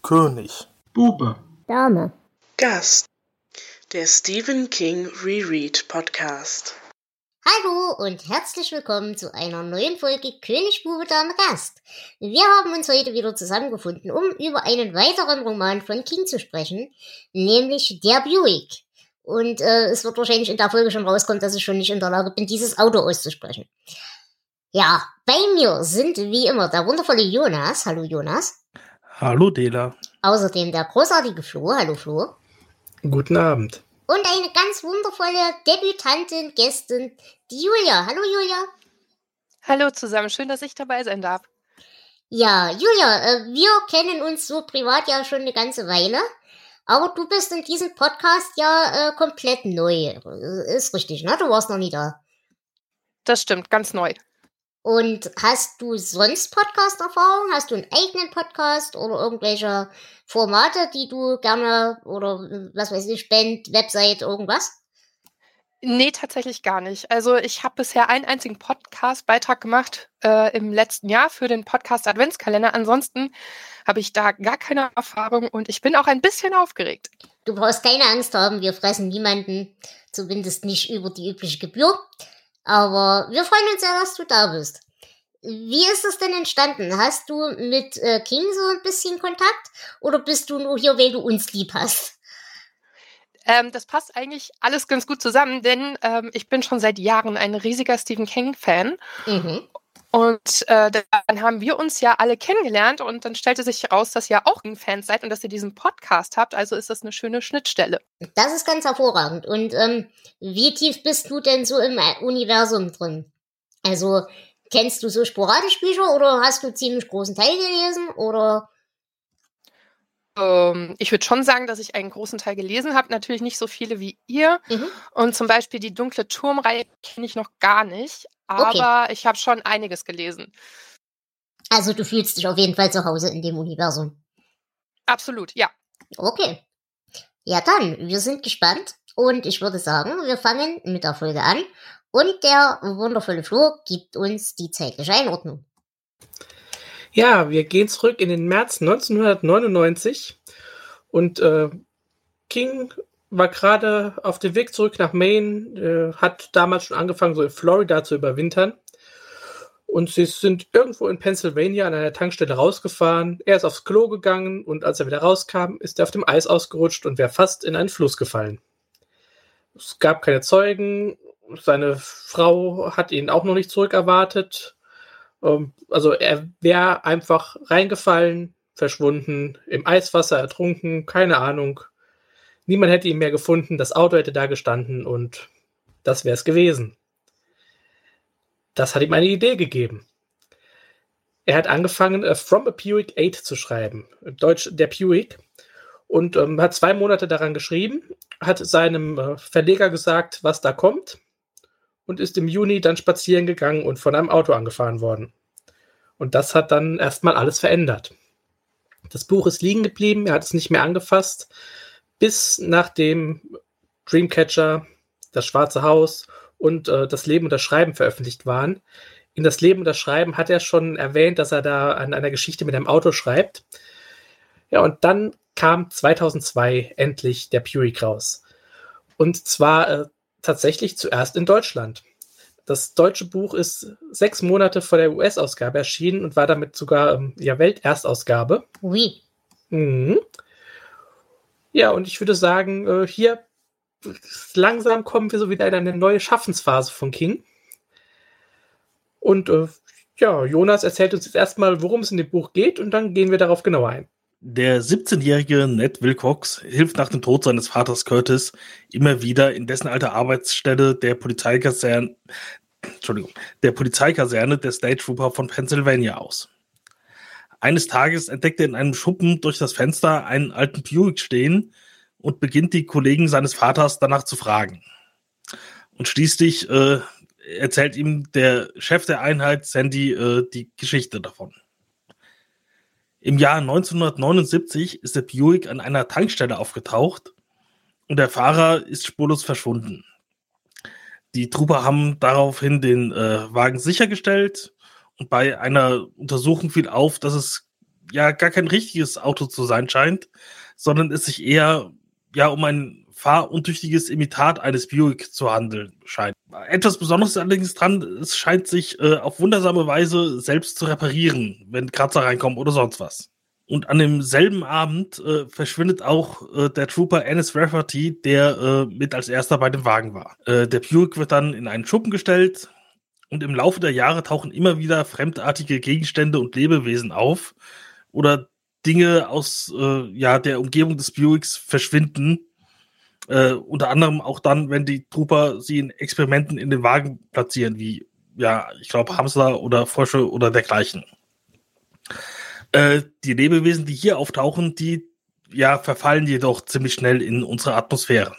König. Bube. Dame. Gast. Der Stephen King Reread Podcast. Hallo und herzlich willkommen zu einer neuen Folge König, Bube, Dame, Gast. Wir haben uns heute wieder zusammengefunden, um über einen weiteren Roman von King zu sprechen, nämlich Der Buick. Und es wird wahrscheinlich in der Folge schon rauskommen, dass ich schon nicht in der Lage bin, dieses Auto auszusprechen. Ja, bei mir sind wie immer der wundervolle Jonas. Hallo Jonas. Hallo Dela. Außerdem der großartige Flo. Hallo Flo. Guten Abend. Und eine ganz wundervolle Debütantin, Gästin, die Julia. Hallo Julia. Hallo zusammen, schön, dass ich dabei sein darf. Ja, Julia, wir kennen uns so privat ja schon eine ganze Weile, aber du bist in diesem Podcast ja komplett neu. Ist richtig, ne? Du warst noch nie da. Das stimmt, ganz neu. Und hast du sonst Podcast-Erfahrung? Hast du einen eigenen Podcast oder irgendwelche Formate, die du gerne, oder was weiß ich, Band, Website, irgendwas? Nee, tatsächlich gar nicht. Also ich habe bisher einen einzigen Podcast-Beitrag gemacht im letzten Jahr für den Podcast Adventskalender. Ansonsten habe ich da gar keine Erfahrung und ich bin auch ein bisschen aufgeregt. Du brauchst keine Angst haben, wir fressen niemanden, zumindest nicht über die übliche Gebühr. Aber wir freuen uns sehr, dass du da bist. Wie ist es denn entstanden? Hast du mit King so ein bisschen Kontakt oder bist du nur hier, weil du uns lieb hast? Das passt eigentlich alles ganz gut zusammen, denn ich bin schon seit Jahren ein riesiger Stephen King-Fan. Mhm. Und dann haben wir uns ja alle kennengelernt und dann stellte sich heraus, dass ihr auch King-Fans seid und dass ihr diesen Podcast habt. Also ist das eine schöne Schnittstelle. Das ist ganz hervorragend. Und wie tief bist du denn so im Universum drin? Also kennst du so sporadisch Bücher oder hast du einen ziemlich großen Teil gelesen? Oder? Ich würde schon sagen, dass ich einen großen Teil gelesen habe. Natürlich nicht so viele wie ihr. Mhm. Und zum Beispiel die Dunkle Turmreihe kenne ich noch gar nicht. Aber Ich habe schon einiges gelesen. Also du fühlst dich auf jeden Fall zu Hause in dem Universum. Absolut, ja. Okay. Ja dann, wir sind gespannt und ich würde sagen, wir fangen mit der Folge an und der wundervolle Flo gibt uns die zeitliche Einordnung. Ja, wir gehen zurück in den März 1999 und King war gerade auf dem Weg zurück nach Maine, hat damals schon angefangen, so in Florida zu überwintern. Und sie sind irgendwo in Pennsylvania an einer Tankstelle rausgefahren. Er ist aufs Klo gegangen und als er wieder rauskam, ist er auf dem Eis ausgerutscht und wäre fast in einen Fluss gefallen. Es gab keine Zeugen. Seine Frau hat ihn auch noch nicht zurückerwartet. Also er wäre einfach reingefallen, verschwunden, im Eiswasser ertrunken, keine Ahnung. Niemand hätte ihn mehr gefunden, das Auto hätte da gestanden und das wäre es gewesen. Das hat ihm eine Idee gegeben. Er hat angefangen, From a Buick 8 zu schreiben, Deutsch der Buick, und hat 2 Monate daran geschrieben, hat seinem Verleger gesagt, was da kommt, und ist im Juni dann spazieren gegangen und von einem Auto angefahren worden. Und das hat dann erstmal alles verändert. Das Buch ist liegen geblieben, er hat es nicht mehr angefasst, bis nachdem Dreamcatcher, Das Schwarze Haus und Das Leben und das Schreiben veröffentlicht waren. In Das Leben und das Schreiben hat er schon erwähnt, dass er da an einer Geschichte mit einem Auto schreibt. Ja, und dann kam 2002 endlich der Buick raus. Und zwar tatsächlich zuerst in Deutschland. Das deutsche Buch ist 6 Monate vor der US-Ausgabe erschienen und war damit sogar Welterstausgabe. Oui. Mhm. Ja, und ich würde sagen, hier langsam kommen wir so wieder in eine neue Schaffensphase von King. Und Jonas erzählt uns jetzt erstmal, worum es in dem Buch geht und dann gehen wir darauf genauer ein. Der 17-jährige Ned Wilcox hilft nach dem Tod seines Vaters Curtis immer wieder in dessen alter Arbeitsstelle der Polizeikaserne der State Trooper von Pennsylvania aus. Eines Tages entdeckt er in einem Schuppen durch das Fenster einen alten Buick stehen und beginnt die Kollegen seines Vaters danach zu fragen. Und schließlich erzählt ihm der Chef der Einheit, Sandy, die Geschichte davon. Im Jahr 1979 ist der Buick an einer Tankstelle aufgetaucht und der Fahrer ist spurlos verschwunden. Die Trooper haben daraufhin den Wagen sichergestellt und bei einer Untersuchung fiel auf, dass es ja gar kein richtiges Auto zu sein scheint, sondern es sich eher ja um ein fahruntüchtiges Imitat eines Buick zu handeln scheint. Etwas Besonderes allerdings dran, es scheint sich auf wundersame Weise selbst zu reparieren, wenn Kratzer reinkommen oder sonst was. Und an demselben Abend verschwindet auch der Trooper Ennis Rafferty, der mit als erster bei dem Wagen war. Der Buick wird dann in einen Schuppen gestellt und im Laufe der Jahre tauchen immer wieder fremdartige Gegenstände und Lebewesen auf oder Dinge aus der Umgebung des Buicks verschwinden. Unter anderem auch dann, wenn die Trooper sie in Experimenten in den Wagen platzieren, wie, ja, ich glaube, Hamster oder Frösche oder dergleichen. Die Lebewesen, die hier auftauchen, die verfallen jedoch ziemlich schnell in unsere Atmosphäre.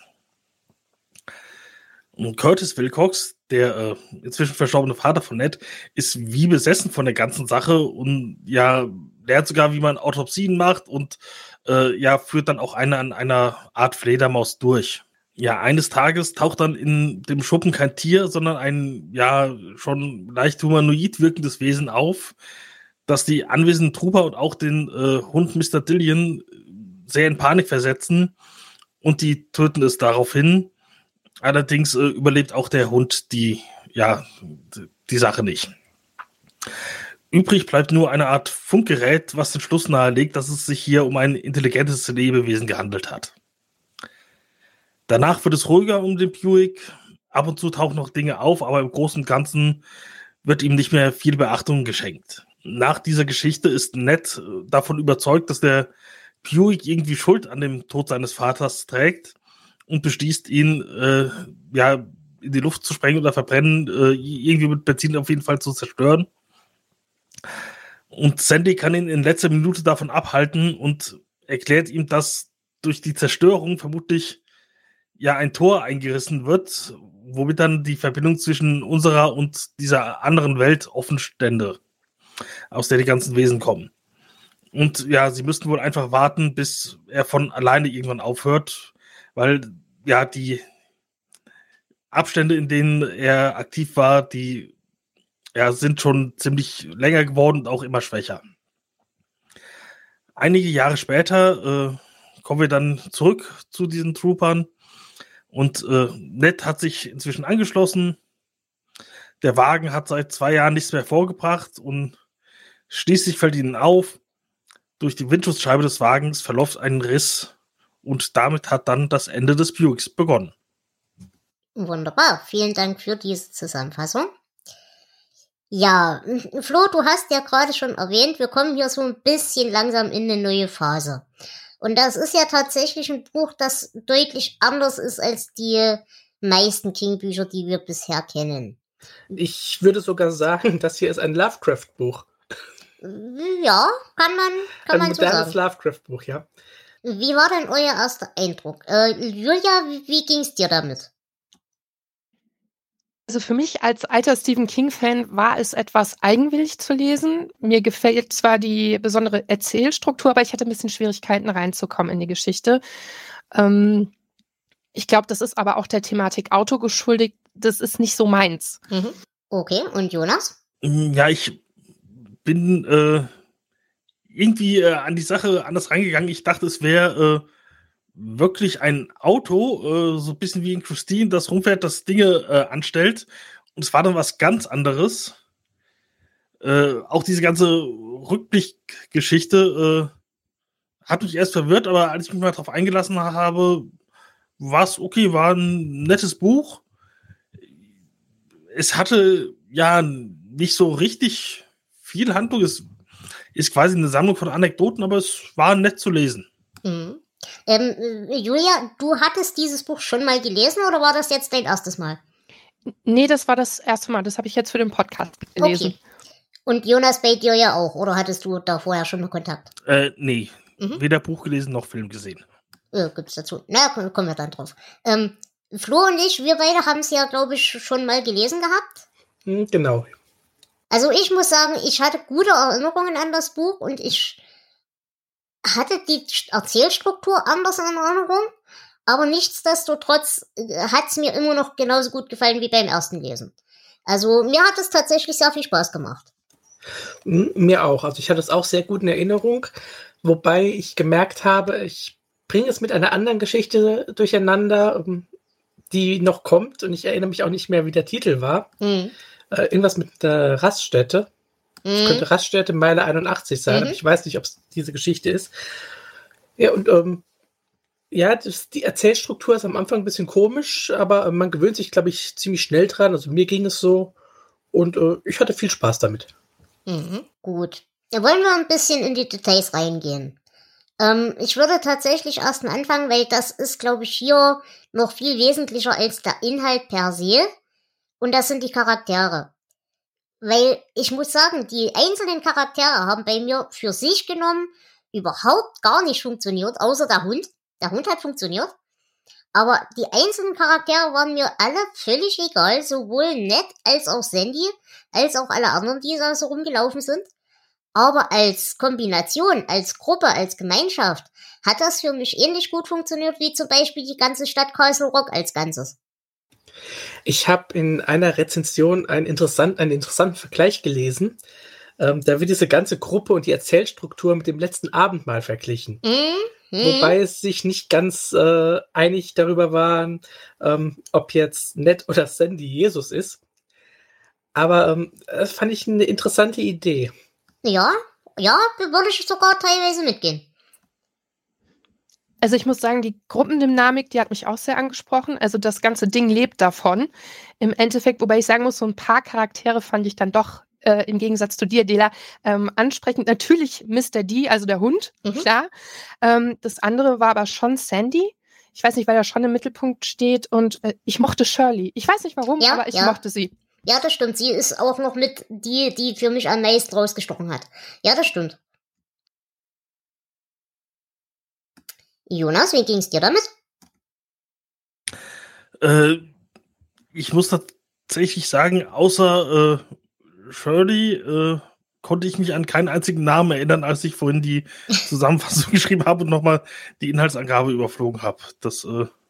Und Curtis Wilcox, der inzwischen verstorbene Vater von Ned, ist wie besessen von der ganzen Sache und lernt sogar, wie man Autopsien macht und führt dann auch an einer Art Fledermaus durch. Ja, eines Tages taucht dann in dem Schuppen kein Tier, sondern ein schon leicht humanoid wirkendes Wesen auf, das die anwesenden Trooper und auch den Hund Mr. Dillion sehr in Panik versetzen und die töten es daraufhin. Allerdings überlebt auch der Hund die Sache nicht. Übrig bleibt nur eine Art Funkgerät, was den Schluss nahelegt, dass es sich hier um ein intelligentes Lebewesen gehandelt hat. Danach wird es ruhiger um den Buick. Ab und zu tauchen noch Dinge auf, aber im Großen und Ganzen wird ihm nicht mehr viel Beachtung geschenkt. Nach dieser Geschichte ist Ned davon überzeugt, dass der Buick irgendwie Schuld an dem Tod seines Vaters trägt und beschließt, ihn in die Luft zu sprengen oder verbrennen, irgendwie mit Benzin auf jeden Fall zu zerstören. Und Sandy kann ihn in letzter Minute davon abhalten und erklärt ihm, dass durch die Zerstörung vermutlich ein Tor eingerissen wird, womit dann die Verbindung zwischen unserer und dieser anderen Welt offen stände, aus der die ganzen Wesen kommen. Und sie müssten wohl einfach warten, bis er von alleine irgendwann aufhört, weil die Abstände, in denen er aktiv war, die sind schon ziemlich länger geworden und auch immer schwächer. Einige Jahre später kommen wir dann zurück zu diesen Troopern und Ned hat sich inzwischen angeschlossen. Der Wagen hat seit 2 Jahren nichts mehr vorgebracht und schließlich fällt ihnen auf, durch die Windschutzscheibe des Wagens verläuft ein Riss und damit hat dann das Ende des Buicks begonnen. Wunderbar, vielen Dank für diese Zusammenfassung. Ja, Flo, du hast ja gerade schon erwähnt, wir kommen hier so ein bisschen langsam in eine neue Phase. Und das ist ja tatsächlich ein Buch, das deutlich anders ist als die meisten King-Bücher, die wir bisher kennen. Ich würde sogar sagen, das hier ist ein Lovecraft-Buch. Ja, kann man so sagen. Ein modernes Lovecraft-Buch, ja. Wie war denn euer erster Eindruck? Julia, wie ging's dir damit? Also für mich als alter Stephen King-Fan war es etwas eigenwillig zu lesen. Mir gefällt zwar die besondere Erzählstruktur, aber ich hatte ein bisschen Schwierigkeiten reinzukommen in die Geschichte. Ich glaube, das ist aber auch der Thematik Auto geschuldet. Das ist nicht so meins. Mhm. Okay, und Jonas? Ja, ich bin irgendwie an die Sache anders reingegangen. Ich dachte, es wäre wirklich ein Auto, so ein bisschen wie in Christine, das rumfährt, das Dinge anstellt. Und es war dann was ganz anderes. Auch diese ganze Rückblickgeschichte hat mich erst verwirrt, aber als ich mich mal drauf eingelassen habe, war es okay, war ein nettes Buch. Es hatte nicht so richtig viel Handlung. Es ist quasi eine Sammlung von Anekdoten, aber es war nett zu lesen. Mhm. Julia, du hattest dieses Buch schon mal gelesen oder war das jetzt dein erstes Mal? Nee, das war das erste Mal. Das habe ich jetzt für den Podcast gelesen. Okay. Und Jonas, bei dir ja auch, oder hattest du da vorher schon mal Kontakt? Nee. Weder Buch gelesen noch Film gesehen. Gibt's dazu. Na, kommen wir dann drauf. Flo und ich, wir beide haben es ja, glaube ich, schon mal gelesen gehabt. Genau. Also ich muss sagen, ich hatte gute Erinnerungen an das Buch und ich hatte die Erzählstruktur anders in Erinnerung, aber nichtsdestotrotz hat es mir immer noch genauso gut gefallen wie beim ersten Lesen. Also mir hat es tatsächlich sehr viel Spaß gemacht. Mir auch. Also ich hatte es auch sehr gut in Erinnerung, wobei ich gemerkt habe, ich bringe es mit einer anderen Geschichte durcheinander, die noch kommt, und ich erinnere mich auch nicht mehr, wie der Titel war. Irgendwas mit der Raststätte. Es könnte Raststätte Meile 81 sein, aber ich weiß nicht, ob es diese Geschichte ist. Ja, und die Erzählstruktur ist am Anfang ein bisschen komisch, aber man gewöhnt sich, glaube ich, ziemlich schnell dran. Also mir ging es so und ich hatte viel Spaß damit. Gut. Da wollen wir ein bisschen in die Details reingehen. Ich würde tatsächlich erst mal anfangen, weil das ist, glaube ich, hier noch viel wesentlicher als der Inhalt per se. Und das sind die Charaktere. Weil ich muss sagen, die einzelnen Charaktere haben bei mir für sich genommen überhaupt gar nicht funktioniert, außer der Hund. Der Hund hat funktioniert. Aber die einzelnen Charaktere waren mir alle völlig egal, sowohl Ned als auch Sandy, als auch alle anderen, die da so rumgelaufen sind. Aber als Kombination, als Gruppe, als Gemeinschaft hat das für mich ähnlich gut funktioniert wie zum Beispiel die ganze Stadt Castle Rock als Ganzes. Ich habe in einer Rezension einen interessanten Vergleich gelesen. Da wird diese ganze Gruppe und die Erzählstruktur mit dem letzten Abendmahl verglichen. Wobei es sich nicht ganz einig darüber waren, ob jetzt Ned oder Sandy Jesus ist. Aber das fand ich eine interessante Idee. Ja, würde ich sogar teilweise mitgehen. Also ich muss sagen, die Gruppendynamik, die hat mich auch sehr angesprochen. Also das ganze Ding lebt davon. Im Endeffekt, wobei ich sagen muss, so ein paar Charaktere fand ich dann doch im Gegensatz zu dir, Dela, ansprechend. Natürlich Mr. D, also der Hund, klar. Das andere war aber schon Sandy. Ich weiß nicht, weil er schon im Mittelpunkt steht. Und ich mochte Shirley. Ich weiß nicht warum, aber ich mochte sie. Ja, das stimmt. Sie ist auch noch mit die für mich am meisten rausgestochen hat. Ja, das stimmt. Jonas, wie ging's dir damit? Ich muss tatsächlich sagen, außer Shirley konnte ich mich an keinen einzigen Namen erinnern, als ich vorhin die Zusammenfassung geschrieben habe und nochmal die Inhaltsangabe überflogen habe. Das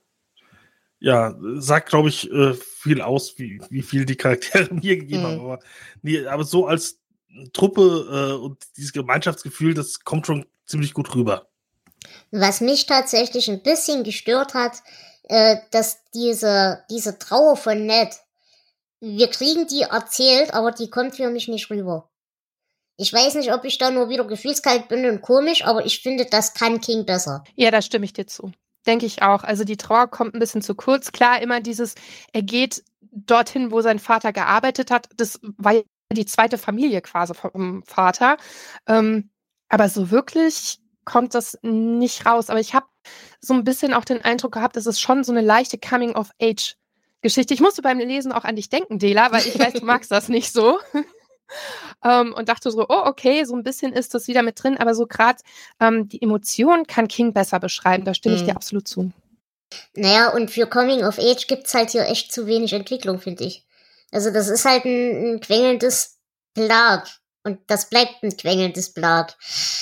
sagt, glaube ich, viel aus, wie viel die Charaktere mir gegeben haben. Aber so als Truppe und dieses Gemeinschaftsgefühl, das kommt schon ziemlich gut rüber. Was mich tatsächlich ein bisschen gestört hat, dass diese Trauer von Ned, wir kriegen die erzählt, aber die kommt für mich nicht rüber. Ich weiß nicht, ob ich da nur wieder gefühlskalt bin und komisch, aber ich finde, das kann King besser. Ja, da stimme ich dir zu. Denke ich auch. Also die Trauer kommt ein bisschen zu kurz. Klar, immer er geht dorthin, wo sein Vater gearbeitet hat. Das war ja die zweite Familie quasi vom Vater. Aber so wirklich kommt das nicht raus. Aber ich habe so ein bisschen auch den Eindruck gehabt, es ist schon so eine leichte Coming-of-Age-Geschichte. Ich musste beim Lesen auch an dich denken, Dela, weil ich weiß, du magst das nicht so. Und dachte so, oh, okay, so ein bisschen ist das wieder mit drin, aber so gerade die Emotionen kann King besser beschreiben, da stimme ich dir absolut zu. Naja, und für Coming of Age gibt's halt hier echt zu wenig Entwicklung, finde ich. Also das ist halt ein quengelndes Blag und das bleibt ein quengelndes Blag.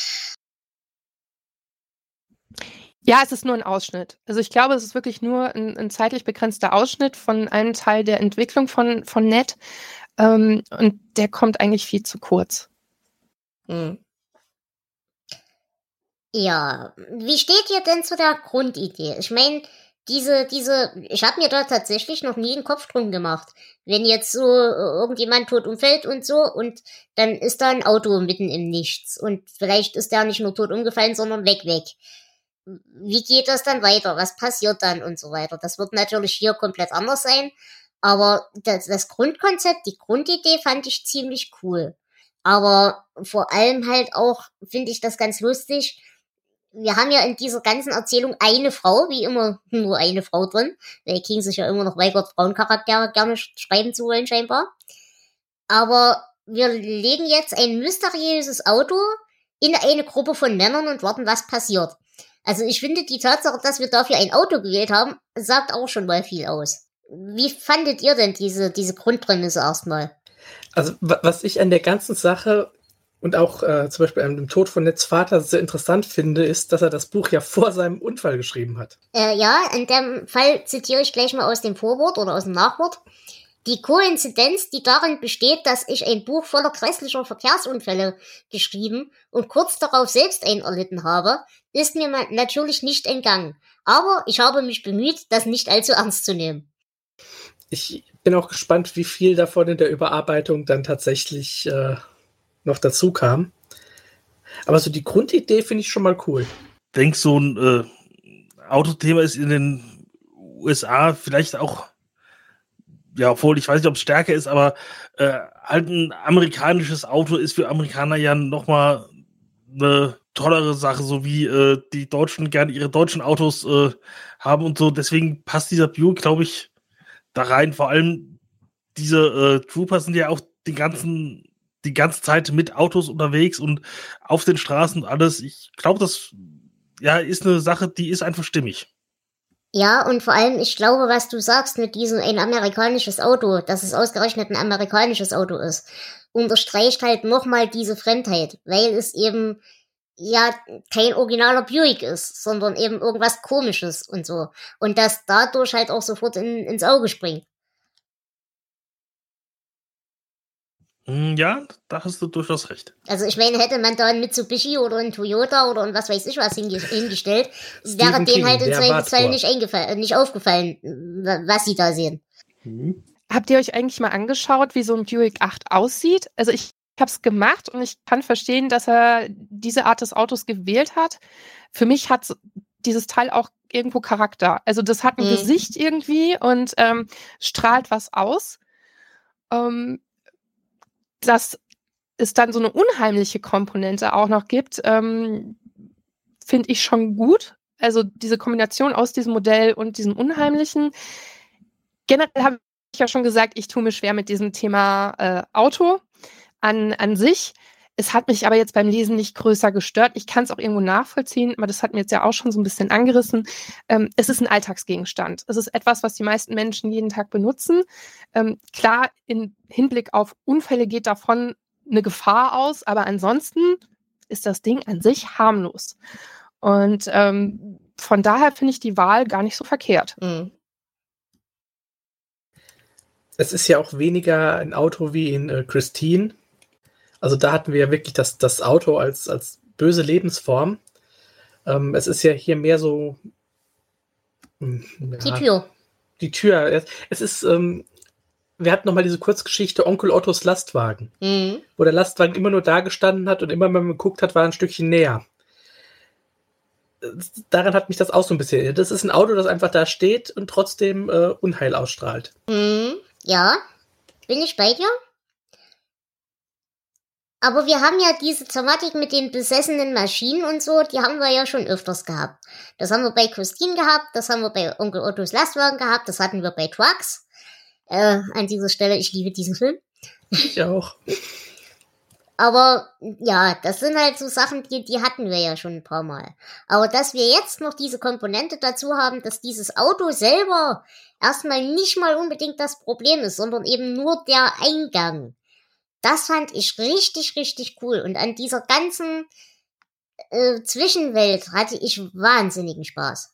Ja, es ist nur ein Ausschnitt. Also ich glaube, es ist wirklich nur ein zeitlich begrenzter Ausschnitt von einem Teil der Entwicklung von Ned. Und der kommt eigentlich viel zu kurz. Ja, wie steht ihr denn zu der Grundidee? Ich meine, ich habe mir da tatsächlich noch nie einen Kopf drum gemacht. Wenn jetzt so irgendjemand tot umfällt und so und dann ist da ein Auto mitten im Nichts und vielleicht ist der nicht nur tot umgefallen, sondern weg. Wie geht das dann weiter? Was passiert dann und so weiter? Das wird natürlich hier komplett anders sein. Aber das Grundkonzept, die Grundidee fand ich ziemlich cool. Aber vor allem halt auch finde ich das ganz lustig. Wir haben ja in dieser ganzen Erzählung eine Frau, wie immer nur eine Frau drin, weil King sich ja immer noch weigert, Frauencharaktere gerne schreiben zu wollen scheinbar. Aber wir legen jetzt ein mysteriöses Auto in eine Gruppe von Männern und warten, was passiert. Also ich finde, die Tatsache, dass wir dafür ein Auto gewählt haben, sagt auch schon mal viel aus. Wie fandet ihr denn diese Grundprämisse erstmal? Also was ich an der ganzen Sache und auch zum Beispiel an dem Tod von Neds Vater sehr interessant finde, ist, dass er das Buch ja vor seinem Unfall geschrieben hat. Ja, in dem Fall zitiere ich gleich mal aus dem Vorwort oder aus dem Nachwort. Die Koinzidenz, die darin besteht, dass ich ein Buch voller grässlicher Verkehrsunfälle geschrieben und kurz darauf selbst einen erlitten habe, ist mir natürlich nicht entgangen. Aber ich habe mich bemüht, das nicht allzu ernst zu nehmen. Ich bin auch gespannt, wie viel davon in der Überarbeitung dann tatsächlich noch dazu kam. Aber so die Grundidee finde ich schon mal cool. Ich denke, so ein Autothema ist in den USA vielleicht auch, ja, obwohl ich weiß nicht, ob es stärker ist, aber halt ein amerikanisches Auto ist für Amerikaner ja nochmal eine tollere Sache, so wie die Deutschen gerne ihre deutschen Autos haben und so. Deswegen passt dieser Buick, glaube ich, da rein. Vor allem diese Trooper sind ja auch die ganze Zeit mit Autos unterwegs und auf den Straßen und alles. Ich glaube, das ist eine Sache, die ist einfach stimmig. Ja, und vor allem, ich glaube, was du sagst mit diesem ein amerikanisches Auto, dass es ausgerechnet ein amerikanisches Auto ist, unterstreicht halt nochmal diese Fremdheit, weil es eben ja kein originaler Buick ist, sondern eben irgendwas Komisches und so. Und das dadurch halt auch sofort ins Auge springt. Ja, da hast du durchaus recht. Also ich meine, hätte man da ein Mitsubishi oder ein Toyota oder ein was weiß ich was hingestellt, wäre denen halt im Zweifelsfall nicht aufgefallen, was sie da sehen. Habt ihr euch eigentlich mal angeschaut, wie so ein Buick 8 aussieht? Also ich habe es gemacht und ich kann verstehen, dass er diese Art des Autos gewählt hat. Für mich hat dieses Teil auch irgendwo Charakter. Also das hat ein Gesicht irgendwie und strahlt was aus. Dass es dann so eine unheimliche Komponente auch noch gibt, finde ich schon gut. Also diese Kombination aus diesem Modell und diesem Unheimlichen. Generell habe ich ja schon gesagt, ich tue mir schwer mit diesem Thema Auto an sich. Es hat mich aber jetzt beim Lesen nicht größer gestört. Ich kann es auch irgendwo nachvollziehen, aber das hat mir jetzt ja auch schon so ein bisschen angerissen. Es ist ein Alltagsgegenstand. Es ist etwas, was die meisten Menschen jeden Tag benutzen. Klar, im Hinblick auf Unfälle geht davon eine Gefahr aus, aber ansonsten ist das Ding an sich harmlos. Und von daher finde ich die Wahl gar nicht so verkehrt. Es ist ja auch weniger ein Auto wie in Christine. Also da hatten wir ja wirklich das Auto als böse Lebensform. Es ist ja hier mehr so... Die Tür. Die Tür. Es ist... wir hatten nochmal diese Kurzgeschichte Onkel Ottos Lastwagen, wo der Lastwagen immer nur da gestanden hat und immer, wenn man geguckt hat, war er ein Stückchen näher. Daran hat mich das auch so ein bisschen... Das ist ein Auto, das einfach da steht und trotzdem Unheil ausstrahlt. Ja, bin ich bei dir? Aber wir haben ja diese Thematik mit den besessenen Maschinen und so, die haben wir ja schon öfters gehabt. Das haben wir bei Christine gehabt, das haben wir bei Onkel Ottos Lastwagen gehabt, das hatten wir bei Trucks. An dieser Stelle, ich liebe diesen Film. Ich auch. Aber ja, das sind halt so Sachen, die hatten wir ja schon ein paar Mal. Aber dass wir jetzt noch diese Komponente dazu haben, dass dieses Auto selber erstmal nicht mal unbedingt das Problem ist, sondern eben nur der Eingang. Das fand ich richtig, richtig cool. Und an dieser ganzen Zwischenwelt hatte ich wahnsinnigen Spaß.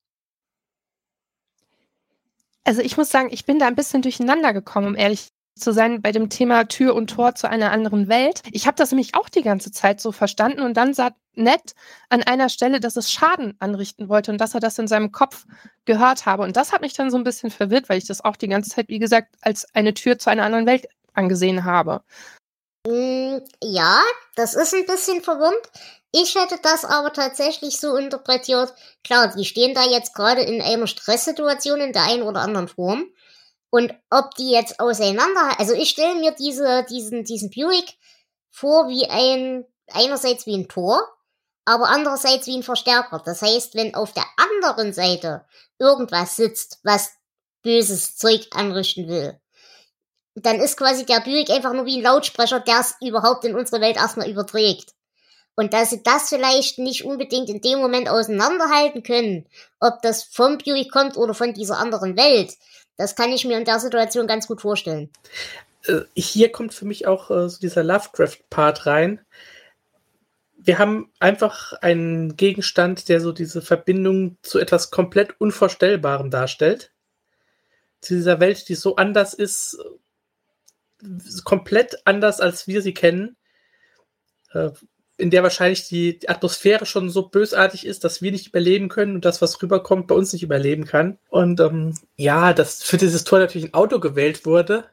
Also ich muss sagen, ich bin da ein bisschen durcheinander gekommen, um ehrlich zu sein, bei dem Thema Tür und Tor zu einer anderen Welt. Ich habe das nämlich auch die ganze Zeit so verstanden und dann sagt Ned an einer Stelle, dass es Schaden anrichten wollte und dass er das in seinem Kopf gehört habe. Und das hat mich dann so ein bisschen verwirrt, weil ich das auch die ganze Zeit, wie gesagt, als eine Tür zu einer anderen Welt angesehen habe. Ja, das ist ein bisschen verwirrend. Ich hätte das aber tatsächlich so interpretiert. Klar, die stehen da jetzt gerade in einer Stresssituation in der einen oder anderen Form. Und ob die jetzt also ich stelle mir diesen Buick vor wie einerseits wie ein Tor, aber andererseits wie ein Verstärker. Das heißt, wenn auf der anderen Seite irgendwas sitzt, was böses Zeug anrichten will, dann ist quasi der Buick einfach nur wie ein Lautsprecher, der es überhaupt in unsere Welt erstmal überträgt. Und dass sie das vielleicht nicht unbedingt in dem Moment auseinanderhalten können, ob das vom Buick kommt oder von dieser anderen Welt, das kann ich mir in der Situation ganz gut vorstellen. Hier kommt für mich auch so dieser Lovecraft-Part rein. Wir haben einfach einen Gegenstand, der so diese Verbindung zu etwas komplett Unvorstellbarem darstellt. zu dieser Welt, die so anders ist, komplett anders, als wir sie kennen, in der wahrscheinlich die Atmosphäre schon so bösartig ist, dass wir nicht überleben können und das, was rüberkommt, bei uns nicht überleben kann. Und dass für dieses Tor natürlich ein Auto gewählt wurde,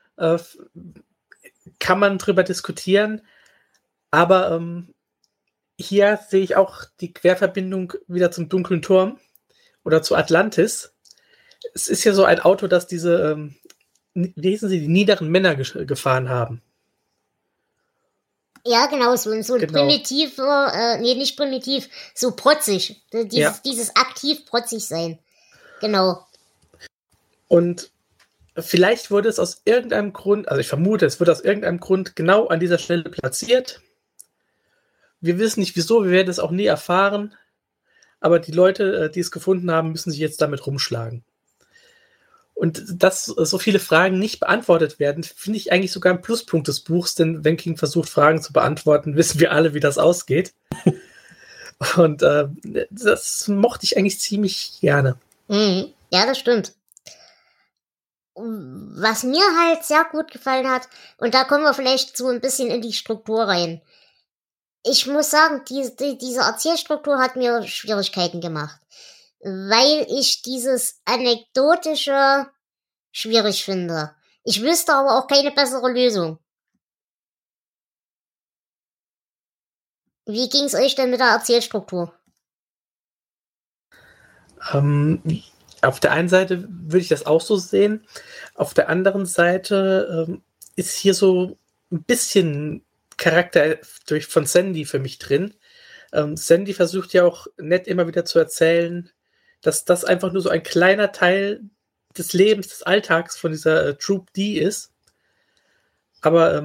kann man drüber diskutieren. Aber hier sehe ich auch die Querverbindung wieder zum Dunklen Turm oder zu Atlantis. Es ist ja so ein Auto, das diese, wie hießen sie, die niederen Männer gefahren haben. Ja, genau, so ein Genau. primitiver, nicht primitiv, so protzig. Dieses aktiv protzig sein. Genau. Und vielleicht wurde es aus irgendeinem Grund, also ich vermute, es wurde aus irgendeinem Grund genau an dieser Stelle platziert. Wir wissen nicht wieso, wir werden es auch nie erfahren. Aber die Leute, die es gefunden haben, müssen sich jetzt damit rumschlagen. Und dass so viele Fragen nicht beantwortet werden, finde ich eigentlich sogar ein Pluspunkt des Buchs, denn wenn King versucht, Fragen zu beantworten, wissen wir alle, wie das ausgeht. Und das mochte ich eigentlich ziemlich gerne. Mhm. Ja, das stimmt. Was mir halt sehr gut gefallen hat, und da kommen wir vielleicht so ein bisschen in die Struktur rein. Ich muss sagen, diese Erzählstruktur hat mir Schwierigkeiten gemacht, weil ich dieses Anekdotische schwierig finde. Ich wüsste aber auch keine bessere Lösung. Wie ging's euch denn mit der Erzählstruktur? Auf der einen Seite würde ich das auch so sehen. Auf der anderen Seite ist hier so ein bisschen Charakter von Sandy für mich drin. Sandy versucht ja auch nett immer wieder zu erzählen, dass das einfach nur so ein kleiner Teil des Lebens, des Alltags von dieser Troop D ist. Aber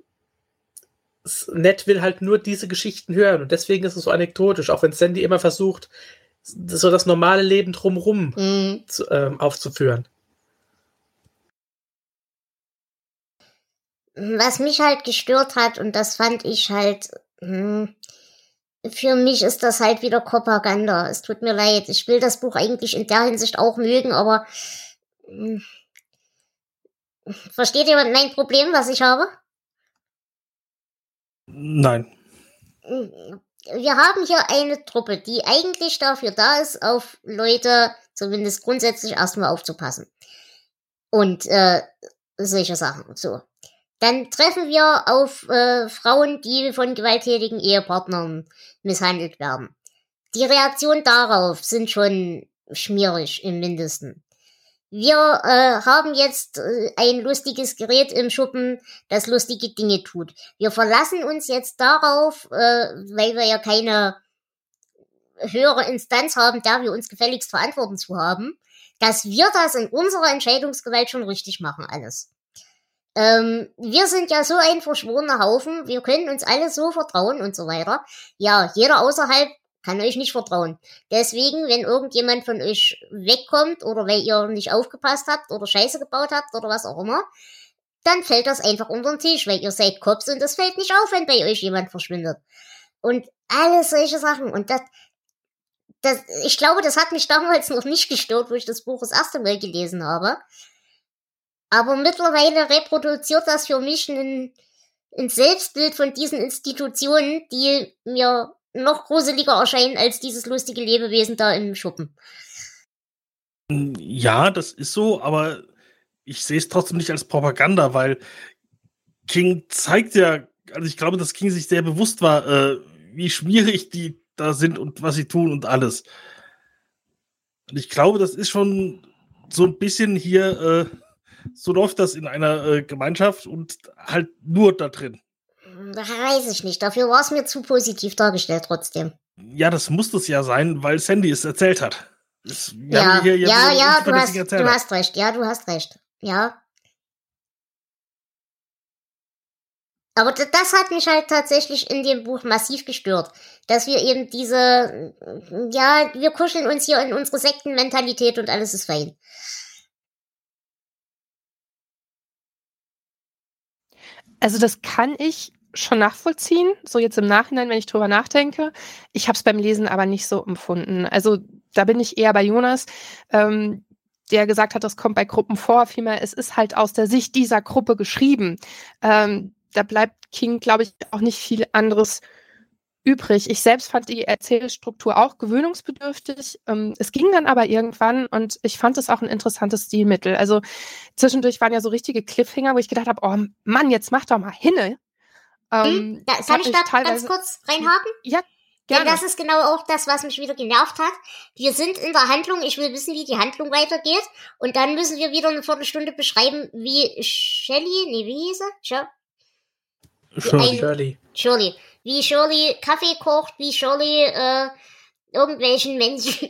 Ned will halt nur diese Geschichten hören und deswegen ist es so anekdotisch, auch wenn Sandy immer versucht, so das normale Leben drumherum aufzuführen. Was mich halt gestört hat, und das fand ich halt, für mich ist das halt wieder Propaganda. Es tut mir leid. Ich will das Buch eigentlich in der Hinsicht auch mögen, aber versteht jemand mein Problem, was ich habe? Nein. Wir haben hier eine Truppe, die eigentlich dafür da ist, auf Leute zumindest grundsätzlich erstmal aufzupassen. Und solche Sachen. So. Dann treffen wir auf Frauen, die von gewalttätigen Ehepartnern misshandelt werden. Die Reaktionen darauf sind schon schmierig im Mindesten. Wir haben jetzt ein lustiges Gerät im Schuppen, das lustige Dinge tut. Wir verlassen uns jetzt darauf, weil wir ja keine höhere Instanz haben, der wir uns gefälligst verantworten zu haben, dass wir das in unserer Entscheidungsgewalt schon richtig machen, alles. Wir sind ja so ein verschworener Haufen, wir können uns alle so vertrauen und so weiter. Ja, jeder außerhalb kann euch nicht vertrauen. Deswegen, wenn irgendjemand von euch wegkommt oder weil ihr nicht aufgepasst habt oder Scheiße gebaut habt oder was auch immer, dann fällt das einfach unter den Tisch, weil ihr seid Cops und das fällt nicht auf, wenn bei euch jemand verschwindet. Und alles solche Sachen. Und ich glaube, das hat mich damals noch nicht gestört, wo ich das Buch das erste Mal gelesen habe. Aber mittlerweile reproduziert das für mich ein Selbstbild von diesen Institutionen, die mir noch gruseliger erscheinen als dieses lustige Lebewesen da im Schuppen. Ja, das ist so, aber ich sehe es trotzdem nicht als Propaganda, weil King zeigt ja, also ich glaube, dass King sich sehr bewusst war, wie schwierig die da sind und was sie tun und alles. Und ich glaube, das ist schon so ein bisschen hier, so läuft das in einer Gemeinschaft und halt nur da drin. Weiß ich nicht. Dafür war es mir zu positiv dargestellt trotzdem. Ja, das muss das ja sein, weil Sandy es erzählt hat. Du hast recht. Ja, du hast recht. Ja. Aber das hat mich halt tatsächlich in dem Buch massiv gestört. Dass wir eben wir kuscheln uns hier in unsere Sektenmentalität und alles ist fein. Also das kann ich schon nachvollziehen, so jetzt im Nachhinein, wenn ich drüber nachdenke. Ich habe es beim Lesen aber nicht so empfunden. Also da bin ich eher bei Jonas. der gesagt hat, das kommt bei Gruppen vor, vielmehr es ist halt aus der Sicht dieser Gruppe geschrieben. Da bleibt King, glaube ich, auch nicht viel anderes übrig. Ich selbst fand die Erzählstruktur auch gewöhnungsbedürftig. Es ging dann aber irgendwann und ich fand es auch ein interessantes Stilmittel. Also zwischendurch waren ja so richtige Cliffhanger, wo ich gedacht habe, oh Mann, jetzt mach doch mal hinne. Kann ich da ganz kurz reinhaken? Ja, gerne. Denn das ist genau auch das, was mich wieder genervt hat. Wir sind in der Handlung, ich will wissen, wie die Handlung weitergeht. Und dann müssen wir wieder eine Viertelstunde beschreiben, wie wie hieß sie? Shirley. Wie Shirley Kaffee kocht, wie Shirley irgendwelchen Menschen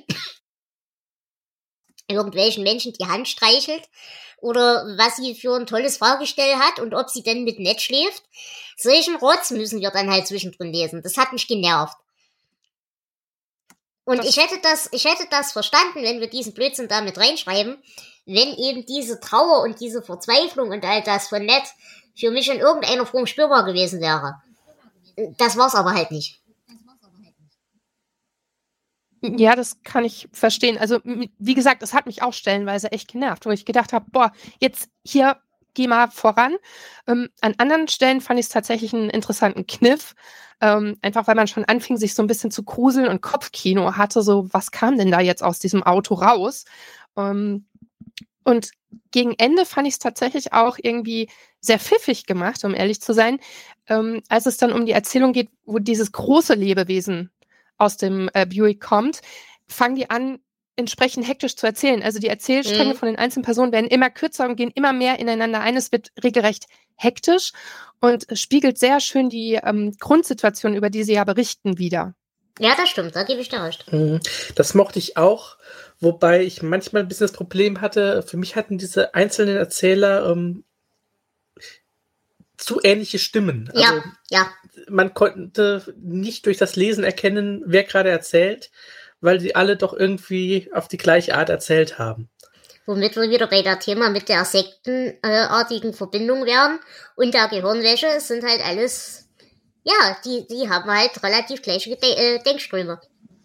die Hand streichelt oder was sie für ein tolles Fahrgestell hat und ob sie denn mit Ned schläft. Solchen Rotz müssen wir dann halt zwischendrin lesen. Das hat mich genervt. Und ich hätte das verstanden, wenn wir diesen Blödsinn da mit reinschreiben, wenn eben diese Trauer und diese Verzweiflung und all das von Ned für mich in irgendeiner Form spürbar gewesen wäre. Das war's aber halt nicht. Ja, das kann ich verstehen. Also, wie gesagt, es hat mich auch stellenweise echt genervt, wo ich gedacht habe, boah, jetzt hier, geh mal voran. An anderen Stellen fand ich es tatsächlich einen interessanten Kniff. Einfach, weil man schon anfing, sich so ein bisschen zu gruseln und Kopfkino hatte, so, was kam denn da jetzt aus diesem Auto raus? Und gegen Ende fand ich es tatsächlich auch irgendwie sehr pfiffig gemacht, um ehrlich zu sein, als es dann um die Erzählung geht, wo dieses große Lebewesen aus dem Buick kommt, fangen die an, entsprechend hektisch zu erzählen. Also die Erzählstränge von den einzelnen Personen werden immer kürzer und gehen immer mehr ineinander ein. Es wird regelrecht hektisch und spiegelt sehr schön die Grundsituation, über die sie ja berichten, wider. Ja, das stimmt, da gebe ich dir recht. Das mochte ich auch, wobei ich manchmal ein bisschen das Problem hatte, für mich hatten diese einzelnen Erzähler zu ähnliche Stimmen. Also, ja. Man konnte nicht durch das Lesen erkennen, wer gerade erzählt, weil sie alle doch irgendwie auf die gleiche Art erzählt haben. Womit wir wieder bei der Thema mit der sektenartigen Verbindung wären und der Gehirnwäsche. Es sind halt alles, ja, die haben halt relativ gleiche Denkströme.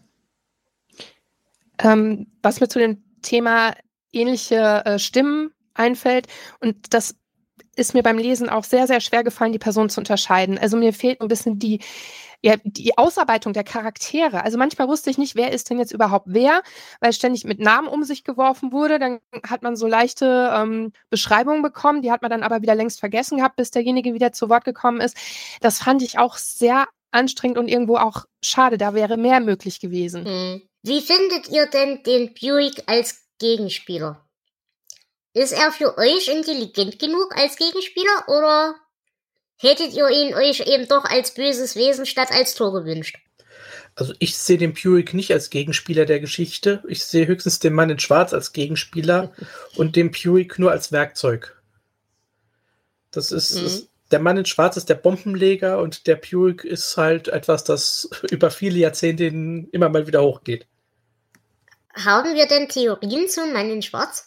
Was mir zu dem Thema ähnliche Stimmen einfällt, und das ist mir beim Lesen auch sehr, sehr schwer gefallen, die Person zu unterscheiden. Also mir fehlt ein bisschen die Ausarbeitung der Charaktere. Also manchmal wusste ich nicht, wer ist denn jetzt überhaupt wer, weil ständig mit Namen um sich geworfen wurde. Dann hat man so leichte Beschreibungen bekommen, die hat man dann aber wieder längst vergessen gehabt, bis derjenige wieder zu Wort gekommen ist. Das fand ich auch sehr anstrengend und irgendwo auch schade. Da wäre mehr möglich gewesen. Wie findet ihr denn den Buick als Gegenspieler? Ist er für euch intelligent genug als Gegenspieler oder hättet ihr ihn euch eben doch als böses Wesen statt als Tor gewünscht? Also ich sehe den Buick nicht als Gegenspieler der Geschichte. Ich sehe höchstens den Mann in Schwarz als Gegenspieler und den Buick nur als Werkzeug. Das ist der Mann in Schwarz ist der Bombenleger und der Buick ist halt etwas, das über viele Jahrzehnte immer mal wieder hochgeht. Haben wir denn Theorien zum Mann in Schwarz?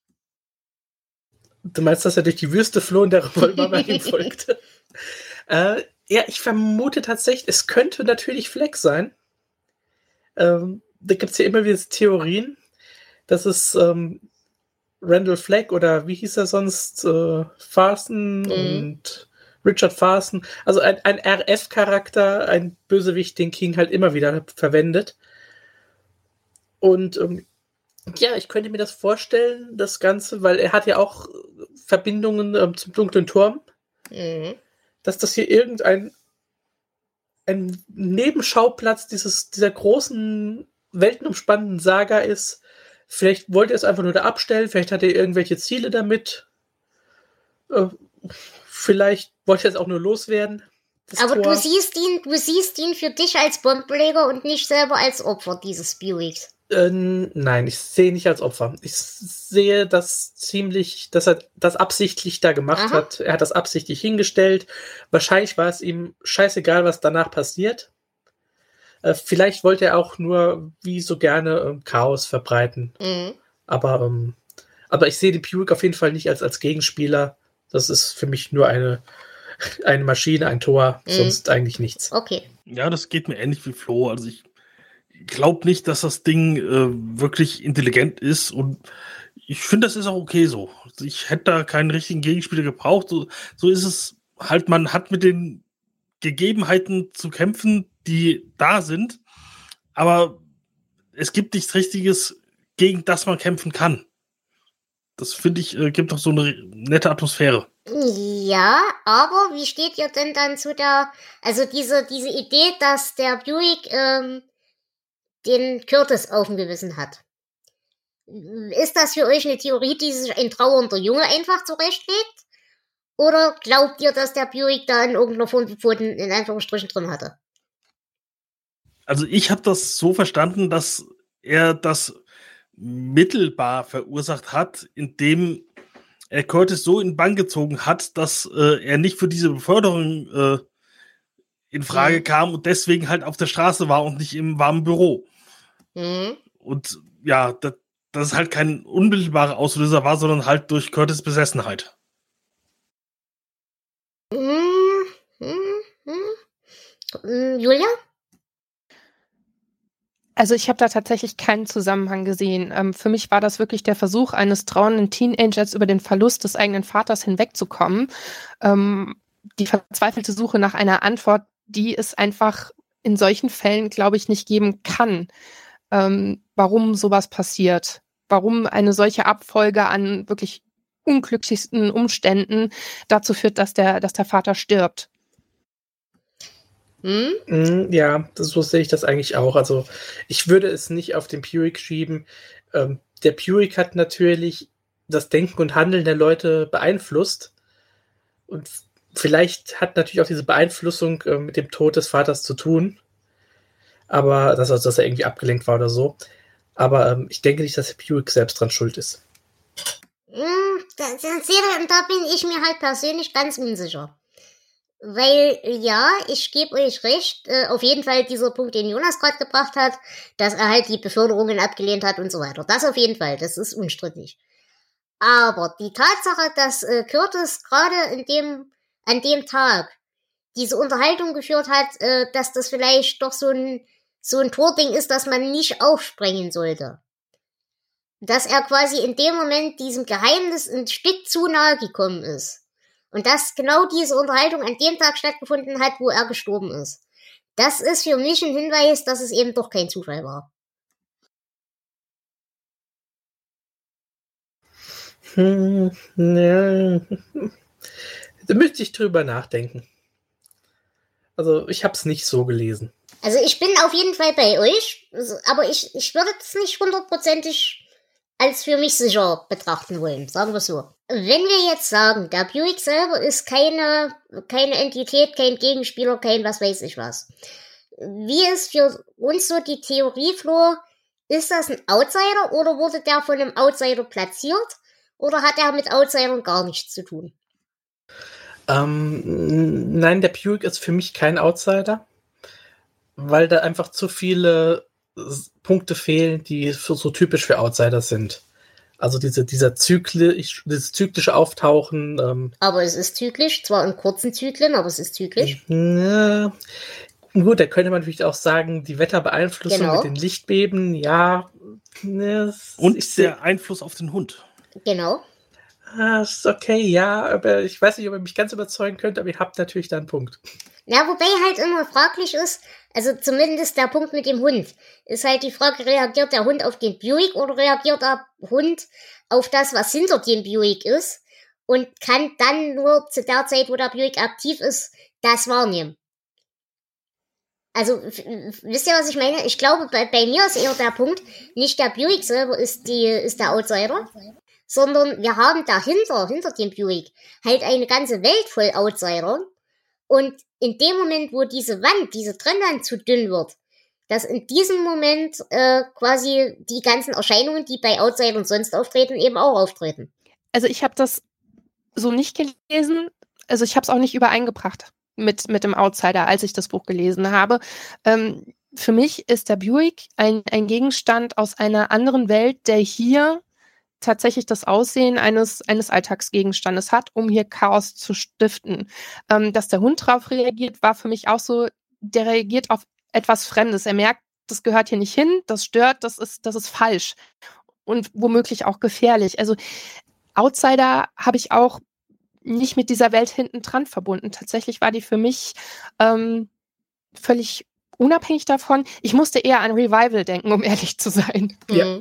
Du meinst, dass er durch die Wüste floh und der Revolver ihm folgte? Ja, ich vermute tatsächlich, es könnte natürlich Fleck sein. Da gibt es ja immer wieder Theorien, dass es Randall Flagg oder wie hieß er sonst? Farson und Richard Farson. Also ein RF-Charakter, ein Bösewicht, den King halt immer wieder verwendet. Und ja, ich könnte mir das vorstellen, das Ganze, weil er hat ja auch Verbindungen zum Dunklen Turm, dass das hier ein Nebenschauplatz dieser großen, weltenumspannenden Saga ist. Vielleicht wollte er es einfach nur da abstellen, vielleicht hat er irgendwelche Ziele damit. Vielleicht wollte er es auch nur loswerden. Aber du siehst ihn für dich als Bombenleger und nicht selber als Opfer dieses Buicks. Nein, ich sehe nicht als Opfer. Ich sehe das dass er das absichtlich da gemacht hat. Er hat das absichtlich hingestellt. Wahrscheinlich war es ihm scheißegal, was danach passiert. Vielleicht wollte er auch nur, wie so gerne, Chaos verbreiten. Aber ich sehe den Buick auf jeden Fall nicht als Gegenspieler. Das ist für mich nur eine Maschine, ein Tor, sonst eigentlich nichts. Okay. Ja, das geht mir ähnlich wie Flo. Also ich glaube nicht, dass das Ding wirklich intelligent ist und Ich finde, das ist auch okay so. Ich hätte da keinen richtigen Gegenspieler gebraucht. So ist es halt, man hat mit den Gegebenheiten zu kämpfen, die da sind, aber es gibt nichts Richtiges, gegen das man kämpfen kann. Das finde ich, gibt doch so eine nette Atmosphäre. Ja, aber wie steht ihr denn dann zu also diese Idee, dass der Buick den Curtis auf dem Gewissen hat? Ist das für euch eine Theorie, die sich ein trauernder Junge einfach zurechtlegt? Oder glaubt ihr, dass der Buick da in irgendeiner Form die Pfoten in Anführungsstrichen drin hatte? Also ich habe das so verstanden, dass er das mittelbar verursacht hat, indem er Curtis so in den Bann gezogen hat, dass er nicht für diese Beförderung in Frage kam und deswegen halt auf der Straße war und nicht im warmen Büro. Und ja, das ist halt kein unmittelbarer Auslöser war, sondern halt durch Curtis' Besessenheit. Julia? Also ich habe da tatsächlich keinen Zusammenhang gesehen. Für mich war das wirklich der Versuch eines trauernden Teenagers, über den Verlust des eigenen Vaters hinwegzukommen. Die verzweifelte Suche nach einer Antwort, die es einfach in solchen Fällen, glaube ich, nicht geben kann. Warum sowas passiert. Warum eine solche Abfolge an wirklich unglücklichsten Umständen dazu führt, dass der Vater stirbt. Ja, so sehe ich das eigentlich auch. Also ich würde es nicht auf den Buick schieben. Der Buick hat natürlich das Denken und Handeln der Leute beeinflusst. Und vielleicht hat natürlich auch diese Beeinflussung mit dem Tod des Vaters zu tun. Aber dass er irgendwie abgelenkt war oder so. Aber ich denke nicht, dass der Buick selbst dran schuld ist. Da bin ich mir halt persönlich ganz unsicher. Weil, ja, ich gebe euch recht, auf jeden Fall dieser Punkt, den Jonas gerade gebracht hat, dass er halt die Beförderungen abgelehnt hat und so weiter. Das auf jeden Fall, das ist unstrittig. Aber die Tatsache, dass Curtis gerade an dem Tag diese Unterhaltung geführt hat, dass das vielleicht doch so ein Tording ist, dass man nicht aufsprengen sollte. Dass er quasi in dem Moment diesem Geheimnis ein Stück zu nahe gekommen ist. Und dass genau diese Unterhaltung an dem Tag stattgefunden hat, wo er gestorben ist. Das ist für mich ein Hinweis, dass es eben doch kein Zufall war. Ja. Da müsste ich drüber nachdenken. Also ich habe es nicht so gelesen. Also ich bin auf jeden Fall bei euch, aber ich würde es nicht 100%ig als für mich sicher betrachten wollen, sagen wir so. Wenn wir jetzt sagen, der Buick selber ist keine Entität, kein Gegenspieler, kein was weiß ich was. Wie ist für uns so die Theorie, Flo? Ist das ein Outsider oder wurde der von einem Outsider platziert? Oder hat er mit Outsidern gar nichts zu tun? Nein, der Buick ist für mich kein Outsider, weil da einfach zu viele Punkte fehlen, die so typisch für Outsider sind. Also dieses zyklische Auftauchen. Aber es ist zyklisch, zwar in kurzen Zyklen, aber es ist zyklisch. Ja, gut, da könnte man natürlich auch sagen, die Wetterbeeinflussung mit den Lichtbeben, ja. Und der Einfluss auf den Hund. Genau. Ist okay, ja, aber ich weiß nicht, ob ihr mich ganz überzeugen könnt, aber ihr habt natürlich da einen Punkt. Ja, wobei halt immer fraglich ist, also zumindest der Punkt mit dem Hund, ist halt die Frage, reagiert der Hund auf den Buick oder reagiert der Hund auf das, was hinter dem Buick ist und kann dann nur zu der Zeit, wo der Buick aktiv ist, das wahrnehmen. Also, wisst ihr, was ich meine? Ich glaube, bei mir ist eher der Punkt, nicht der Buick selber ist der Outsider, sondern wir haben dahinter, hinter dem Buick, halt eine ganze Welt voll Outsider. Und in dem Moment, wo diese Trennwand zu dünn wird, dass in diesem Moment quasi die ganzen Erscheinungen, die bei Outsidern sonst auftreten, eben auch auftreten. Also ich habe das so nicht gelesen, also ich habe es auch nicht übereingebracht mit dem Outsider, als ich das Buch gelesen habe. Für mich ist der Buick ein Gegenstand aus einer anderen Welt, der hier tatsächlich das Aussehen eines Alltagsgegenstandes hat, um hier Chaos zu stiften. Dass der Hund drauf reagiert, war für mich auch so, der reagiert auf etwas Fremdes. Er merkt, das gehört hier nicht hin, das stört, das ist falsch. und womöglich auch gefährlich. Also Outsider habe ich auch nicht mit dieser Welt hinten dran verbunden. Tatsächlich war die für mich völlig unabhängig davon. Ich musste eher an Revival denken, um ehrlich zu sein. Ja.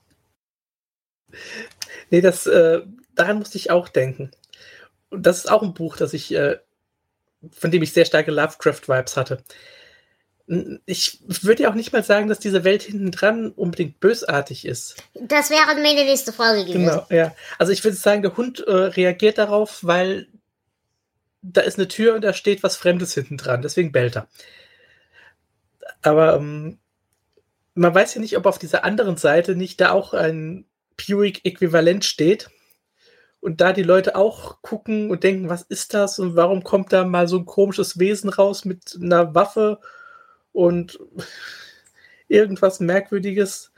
Nee, daran musste ich auch denken. Und das ist auch ein Buch, von dem ich sehr starke Lovecraft-Vibes hatte. Ich würde ja auch nicht mal sagen, dass diese Welt hinten dran unbedingt bösartig ist. Das wäre meine nächste Frage gewesen. Genau, ja. Also ich würde sagen, der Hund reagiert darauf, weil da ist eine Tür und da steht was Fremdes hinten dran. Deswegen bellt er. Aber man weiß ja nicht, ob auf dieser anderen Seite nicht da auch ein Buick-Äquivalent steht. Und da die Leute auch gucken und denken, was ist das? Und warum kommt da mal so ein komisches Wesen raus mit einer Waffe und irgendwas Merkwürdiges?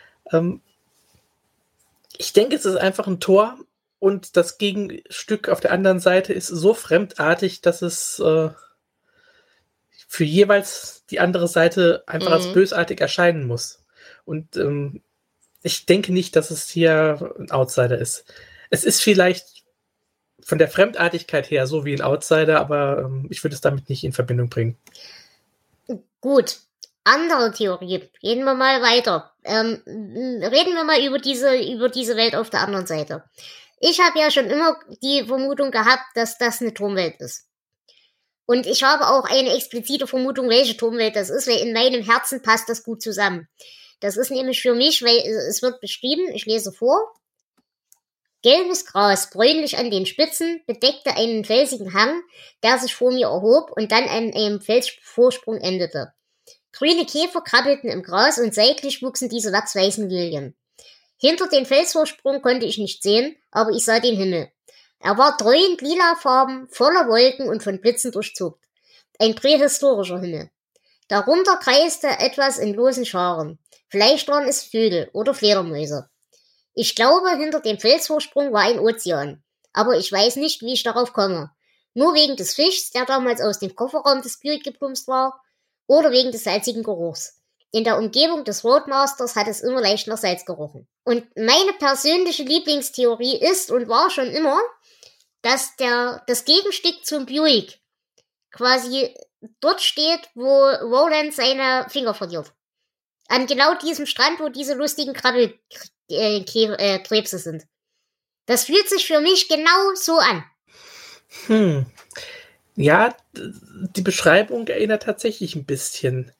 Ich denke, es ist einfach ein Tor und das Gegenstück auf der anderen Seite ist so fremdartig, dass es für jeweils die andere Seite einfach als bösartig erscheinen muss. Und ich denke nicht, dass es hier ein Outsider ist. Es ist vielleicht von der Fremdartigkeit her so wie ein Outsider, aber ich würde es damit nicht in Verbindung bringen. Gut, andere Theorie. Gehen wir mal weiter. Reden wir mal über diese Welt auf der anderen Seite. Ich habe ja schon immer die Vermutung gehabt, dass das eine Turmwelt ist. Und ich habe auch eine explizite Vermutung, welche Turmwelt das ist, weil in meinem Herzen passt das gut zusammen. Das ist nämlich für mich, weil es wird beschrieben, ich lese vor: Gelbes Gras, bräunlich an den Spitzen, bedeckte einen felsigen Hang, der sich vor mir erhob und dann an einem Felsvorsprung endete. Grüne Käfer krabbelten im Gras und seitlich wuchsen diese wachsweißen Lilien. Hinter den Felsvorsprung konnte ich nicht sehen, aber ich sah den Himmel. Er war dreuend lilafarben, voller Wolken und von Blitzen durchzuckt. Ein prähistorischer Himmel. Darunter kreiste etwas in losen Scharen. Vielleicht waren es Vögel oder Fledermäuse. Ich glaube, hinter dem Felsvorsprung war ein Ozean. Aber ich weiß nicht, wie ich darauf komme. Nur wegen des Fischs, der damals aus dem Kofferraum des Buick geplumpst war, oder wegen des salzigen Geruchs. In der Umgebung des Roadmasters hat es immer leicht nach Salz gerochen. Und meine persönliche Lieblingstheorie ist und war schon immer, dass das Gegenstück zum Buick quasi dort steht, wo Roland seine Finger verliert. An genau diesem Strand, wo diese lustigen Krebse sind. Das fühlt sich für mich genau so an. Ja, die Beschreibung erinnert tatsächlich ein bisschen.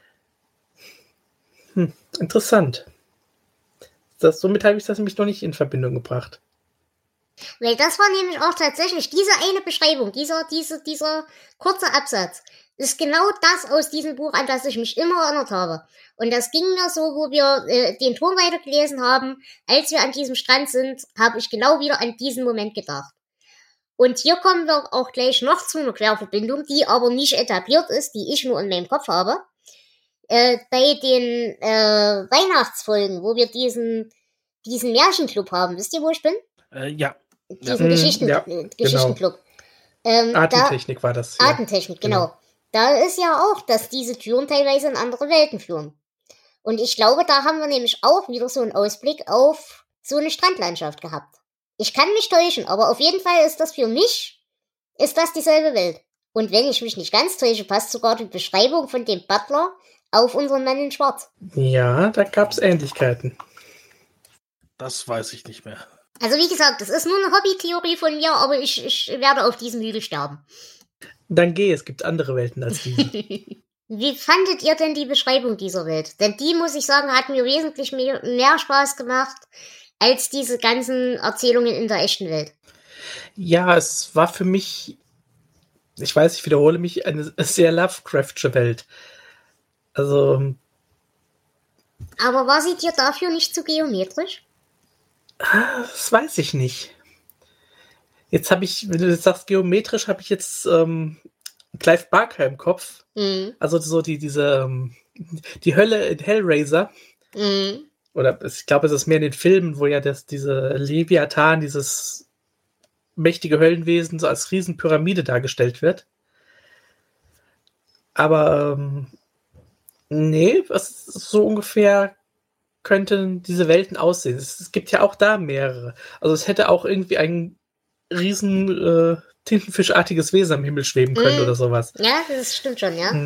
Interessant. Somit habe ich das nämlich noch nicht in Verbindung gebracht. Weil das war nämlich auch tatsächlich diese eine Beschreibung, dieser kurze Absatz, ist genau das aus diesem Buch, an das ich mich immer erinnert habe. Und das ging mir so, wo wir den Turm weitergelesen haben, als wir an diesem Strand sind, habe ich genau wieder an diesen Moment gedacht. Und hier kommen wir auch gleich noch zu einer Querverbindung, die aber nicht etabliert ist, die ich nur in meinem Kopf habe. Bei den Weihnachtsfolgen, wo wir diesen Märchenclub haben, wisst ihr, wo ich bin? Ja. Diesen Geschichtenclub. Atemtechnik war das. Ja. Atemtechnik, genau. Da ist ja auch, dass diese Türen teilweise in andere Welten führen. Und ich glaube, da haben wir nämlich auch wieder so einen Ausblick auf so eine Strandlandschaft gehabt. Ich kann mich täuschen, aber auf jeden Fall ist das für mich, ist das dieselbe Welt. Und wenn ich mich nicht ganz täusche, passt sogar die Beschreibung von dem Butler auf unseren Mann in Schwarz. Ja, da gab es Ähnlichkeiten. Das weiß ich nicht mehr. Also wie gesagt, das ist nur eine Hobbytheorie von mir, aber ich werde auf diesem Hügel sterben. Dann es gibt andere Welten als diese. Wie fandet ihr denn die Beschreibung dieser Welt? Denn die, muss ich sagen, hat mir wesentlich mehr Spaß gemacht als diese ganzen Erzählungen in der echten Welt. Ja, es war für mich, ich weiß, ich wiederhole mich, eine sehr Lovecraftsche Welt. Also. Aber war sie dir dafür nicht zu geometrisch? Das weiß ich nicht. Jetzt habe ich, wenn du jetzt sagst geometrisch, habe ich jetzt Clive Barker im Kopf. Also so die Hölle in Hellraiser. Oder ich glaube, es ist mehr in den Filmen, wo ja diese Leviathan, dieses mächtige Höllenwesen, so als Riesenpyramide dargestellt wird. Aber nee, das ist so ungefähr könnten diese Welten aussehen? Es gibt ja auch da mehrere. Also es hätte auch irgendwie ein riesen tintenfischartiges Wesen am Himmel schweben können oder sowas. Ja, das stimmt schon, ja.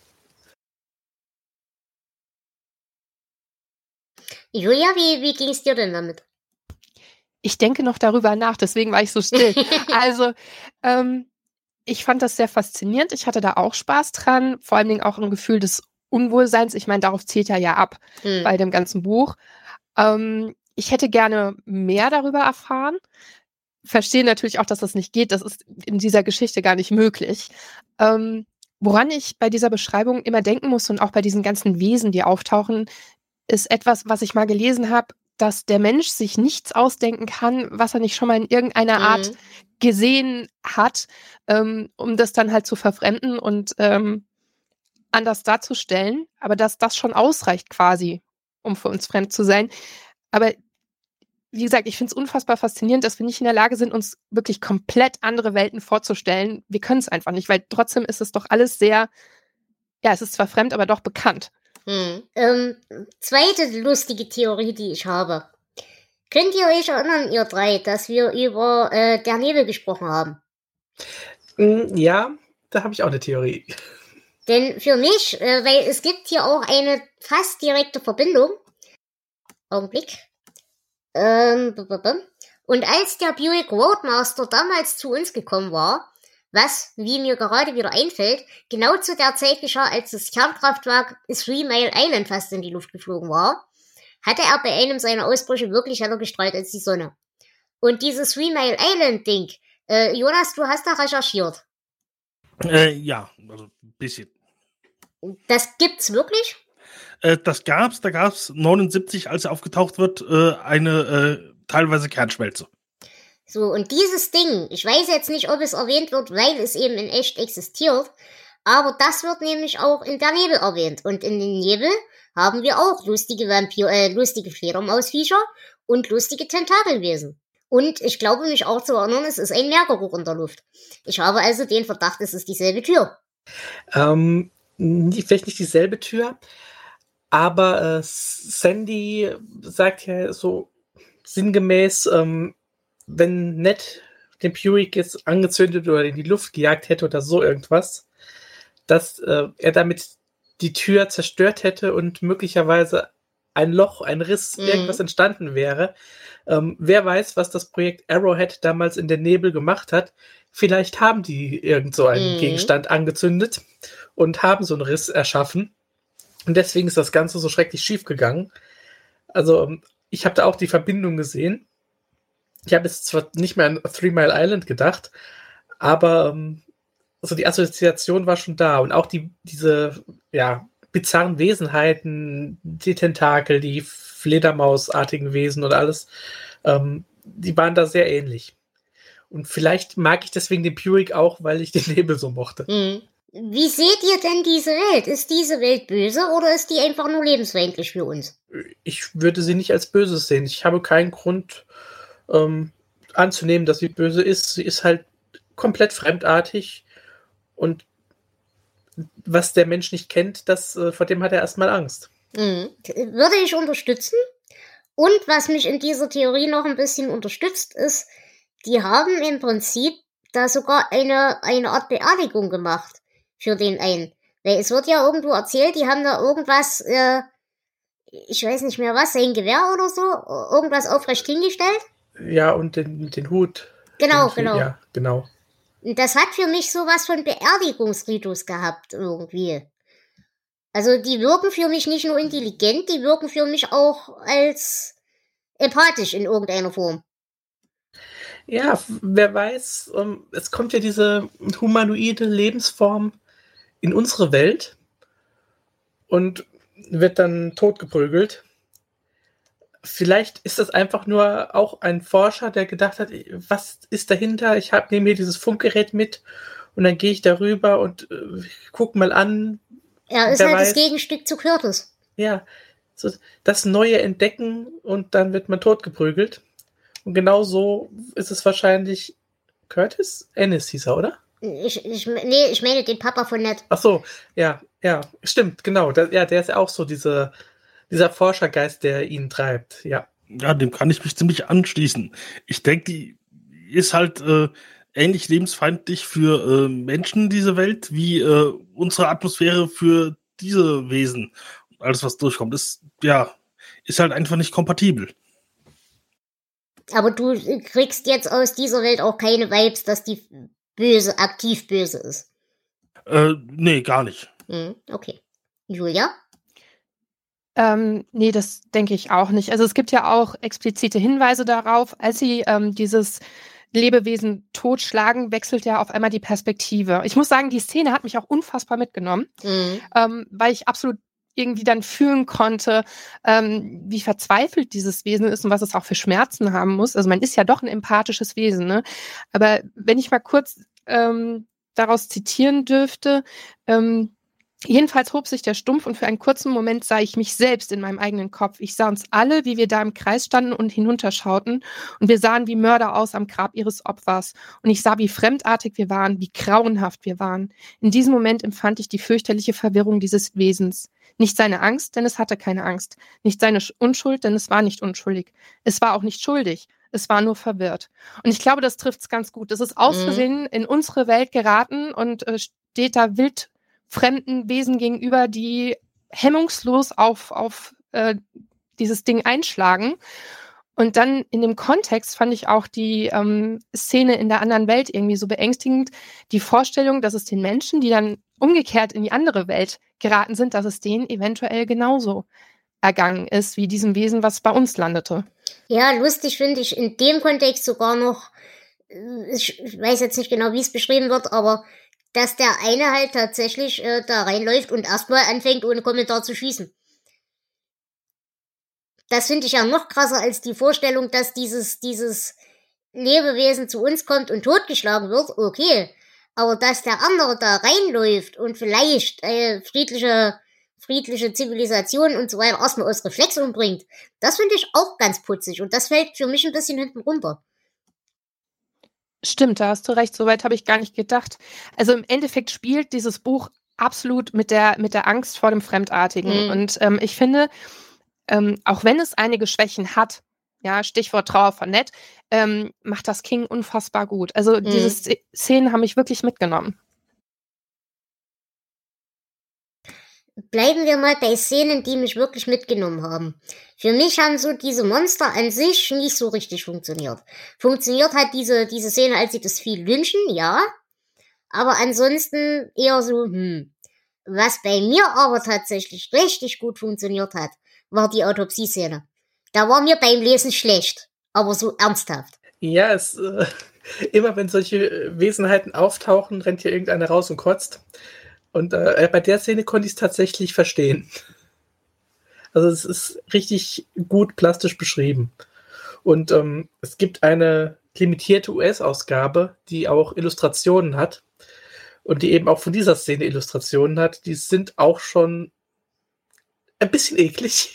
Julia, wie ging es dir denn damit? Ich denke noch darüber nach, deswegen war ich so still. Also, ich fand das sehr faszinierend. Ich hatte da auch Spaß dran, vor allen Dingen auch ein Gefühl des Unwohlseins. Ich meine, darauf zielt er ja ab bei dem ganzen Buch. Ich hätte gerne mehr darüber erfahren. Verstehe natürlich auch, dass das nicht geht. Das ist in dieser Geschichte gar nicht möglich. Woran ich bei dieser Beschreibung immer denken muss und auch bei diesen ganzen Wesen, die auftauchen, ist etwas, was ich mal gelesen habe, dass der Mensch sich nichts ausdenken kann, was er nicht schon mal in irgendeiner Art gesehen hat, um das dann halt zu verfremden und anders darzustellen. Aber dass das schon ausreicht quasi, um für uns fremd zu sein. Aber wie gesagt, ich finde es unfassbar faszinierend, dass wir nicht in der Lage sind, uns wirklich komplett andere Welten vorzustellen. Wir können es einfach nicht, weil trotzdem ist es doch alles sehr, ja, es ist zwar fremd, aber doch bekannt. Zweite lustige Theorie, die ich habe. Könnt ihr euch erinnern, ihr drei, dass wir über der Nebel gesprochen haben? Ja, da habe ich auch eine Theorie. Denn für mich, weil es gibt hier auch eine fast direkte Verbindung. Augenblick. Und als der Buick Roadmaster damals zu uns gekommen war, was, wie mir gerade wieder einfällt, genau zu der Zeit geschah, als das Kernkraftwerk 3 Mile Island fast in die Luft geflogen war, hatte er bei einem seiner Ausbrüche wirklich heller gestrahlt als die Sonne. Und dieses 3 Mile Island Ding, Jonas, du hast da recherchiert. Ja, also ein bisschen. Das gibt's wirklich? Da gab's 79, als er aufgetaucht wird, eine teilweise Kernschmelze. So, und dieses Ding, ich weiß jetzt nicht, ob es erwähnt wird, weil es eben in echt existiert, aber das wird nämlich auch in der Nebel erwähnt. Und in den Nebel haben wir auch lustige lustige Fledermausviecher und lustige Tentakelwesen. Und ich glaube mich auch zu erinnern, es ist ein Meergeruch in der Luft. Ich habe also den Verdacht, es ist dieselbe Tür. Vielleicht nicht dieselbe Tür, aber Sandy sagt ja so sinngemäß, wenn Ned den Buick jetzt angezündet oder in die Luft gejagt hätte oder so irgendwas, dass er damit die Tür zerstört hätte und möglicherweise ein Loch, ein Riss, irgendwas entstanden wäre. Wer weiß, was das Projekt Arrowhead damals in den Nebel gemacht hat. Vielleicht haben die irgend so einen Gegenstand angezündet und haben so einen Riss erschaffen. Und deswegen ist das Ganze so schrecklich schief gegangen. Also ich habe da auch die Verbindung gesehen. Ich habe jetzt zwar nicht mehr an 3 Mile Island gedacht, aber also die Assoziation war schon da. Und auch diese bizarren Wesenheiten, die Tentakel, die Fledermausartigen Wesen und alles, die waren da sehr ähnlich. Und vielleicht mag ich deswegen den Buick auch, weil ich den Nebel so mochte. Wie seht ihr denn diese Welt? Ist diese Welt böse oder ist die einfach nur lebensfeindlich für uns? Ich würde sie nicht als böse sehen. Ich habe keinen Grund anzunehmen, dass sie böse ist. Sie ist halt komplett fremdartig und was der Mensch nicht kennt, vor dem hat er erstmal Angst. Würde ich unterstützen. Und was mich in dieser Theorie noch ein bisschen unterstützt, ist, die haben im Prinzip da sogar eine Art Beerdigung gemacht für den einen. Weil es wird ja irgendwo erzählt, die haben da irgendwas, ich weiß nicht mehr was, sein Gewehr oder so, irgendwas aufrecht hingestellt. Ja, und den Hut. Genau. Ja, genau. Das hat für mich sowas von Beerdigungsritus gehabt, irgendwie. Also die wirken für mich nicht nur intelligent, die wirken für mich auch als empathisch in irgendeiner Form. Ja, wer weiß, es kommt ja diese humanoide Lebensform in unsere Welt und wird dann totgeprügelt. Vielleicht ist das einfach nur auch ein Forscher, der gedacht hat, was ist dahinter? Ich nehme hier dieses Funkgerät mit und dann gehe ich darüber und guck mal an. Er ist halt das Gegenstück zu Curtis. Ja, so das Neue entdecken und dann wird man totgeprügelt. Und genau so ist es wahrscheinlich Curtis? Ennis hieß er, oder? Ich meine den Papa von Ned. Ach so, ja, stimmt, genau. Der ist ja auch so diese Dieser Forschergeist, der ihn treibt, ja. Ja, dem kann ich mich ziemlich anschließen. Ich denke, die ist halt ähnlich lebensfeindlich für Menschen, diese Welt, wie unsere Atmosphäre für diese Wesen. Alles, was durchkommt, ist halt einfach nicht kompatibel. Aber du kriegst jetzt aus dieser Welt auch keine Vibes, dass die böse, aktiv böse ist. Nee, gar nicht. Okay. Julia? Nee, das denke ich auch nicht. Also es gibt ja auch explizite Hinweise darauf, als sie dieses Lebewesen totschlagen, wechselt ja auf einmal die Perspektive. Ich muss sagen, die Szene hat mich auch unfassbar mitgenommen, weil ich absolut irgendwie dann fühlen konnte, wie verzweifelt dieses Wesen ist und was es auch für Schmerzen haben muss. Also man ist ja doch ein empathisches Wesen, ne? Aber wenn ich mal kurz daraus zitieren dürfte, jedenfalls hob sich der Stumpf und für einen kurzen Moment sah ich mich selbst in meinem eigenen Kopf. Ich sah uns alle, wie wir da im Kreis standen und hinunterschauten und wir sahen wie Mörder aus am Grab ihres Opfers und ich sah, wie fremdartig wir waren, wie grauenhaft wir waren. In diesem Moment empfand ich die fürchterliche Verwirrung dieses Wesens. Nicht seine Angst, denn es hatte keine Angst. Nicht seine Unschuld, denn es war nicht unschuldig. Es war auch nicht schuldig. Es war nur verwirrt. Und ich glaube, das trifft es ganz gut. Es ist aus Versehen in unsere Welt geraten und steht da wild fremden Wesen gegenüber, die hemmungslos auf dieses Ding einschlagen. Und dann in dem Kontext fand ich auch die Szene in der anderen Welt irgendwie so beängstigend. Die Vorstellung, dass es den Menschen, die dann umgekehrt in die andere Welt geraten sind, dass es denen eventuell genauso ergangen ist, wie diesem Wesen, was bei uns landete. Ja, lustig finde ich in dem Kontext sogar noch, ich weiß jetzt nicht genau, wie es beschrieben wird, aber dass der eine halt tatsächlich da reinläuft und erstmal anfängt, ohne Kommentar zu schießen. Das finde ich ja noch krasser als die Vorstellung, dass dieses Lebewesen zu uns kommt und totgeschlagen wird, okay. Aber dass der andere da reinläuft und vielleicht friedliche Zivilisation und so weiter erstmal aus Reflex umbringt, das finde ich auch ganz putzig und das fällt für mich ein bisschen hinten runter. Stimmt, da hast du recht, soweit habe ich gar nicht gedacht. Also im Endeffekt spielt dieses Buch absolut mit der Angst vor dem Fremdartigen. Und ich finde, auch wenn es einige Schwächen hat, ja, Stichwort Trauer von Ned, macht das King unfassbar gut. Also diese Szenen haben mich wirklich mitgenommen. Bleiben wir mal bei Szenen, die mich wirklich mitgenommen haben. Für mich haben so diese Monster an sich nicht so richtig funktioniert. Funktioniert hat diese Szene, als sie das Vieh lynchen, ja. Aber ansonsten eher so, Was bei mir aber tatsächlich richtig gut funktioniert hat, war die Autopsie-Szene. Da war mir beim Lesen schlecht, aber so ernsthaft. Ja, immer wenn solche Wesenheiten auftauchen, rennt hier irgendeiner raus und kotzt. Und bei der Szene konnte ich es tatsächlich verstehen. Also es ist richtig gut plastisch beschrieben. Und es gibt eine limitierte US-Ausgabe, die auch Illustrationen hat. Und die eben auch von dieser Szene Illustrationen hat. Die sind auch schon ein bisschen eklig.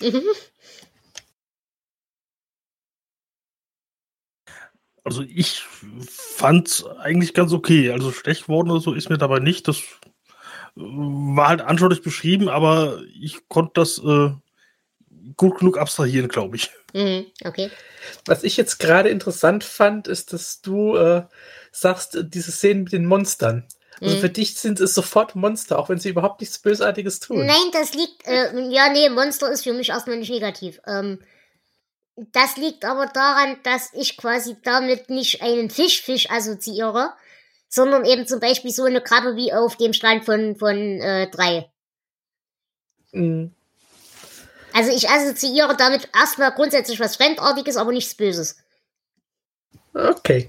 Also ich fand's eigentlich ganz okay. Also schlecht worden oder so ist mir dabei nicht. Das war halt anschaulich beschrieben, aber ich konnte das gut genug abstrahieren, glaube ich. Okay. Was ich jetzt gerade interessant fand, ist, dass du sagst, diese Szenen mit den Monstern. Also für dich sind es sofort Monster, auch wenn sie überhaupt nichts Bösartiges tun. Nein, das liegt, Monster ist für mich erstmal nicht negativ. Das liegt aber daran, dass ich quasi damit nicht einen Fisch assoziiere, sondern eben zum Beispiel so eine Krabbe wie auf dem Strand von 3. Also ich assoziiere damit erstmal grundsätzlich was Fremdartiges, aber nichts Böses. Okay.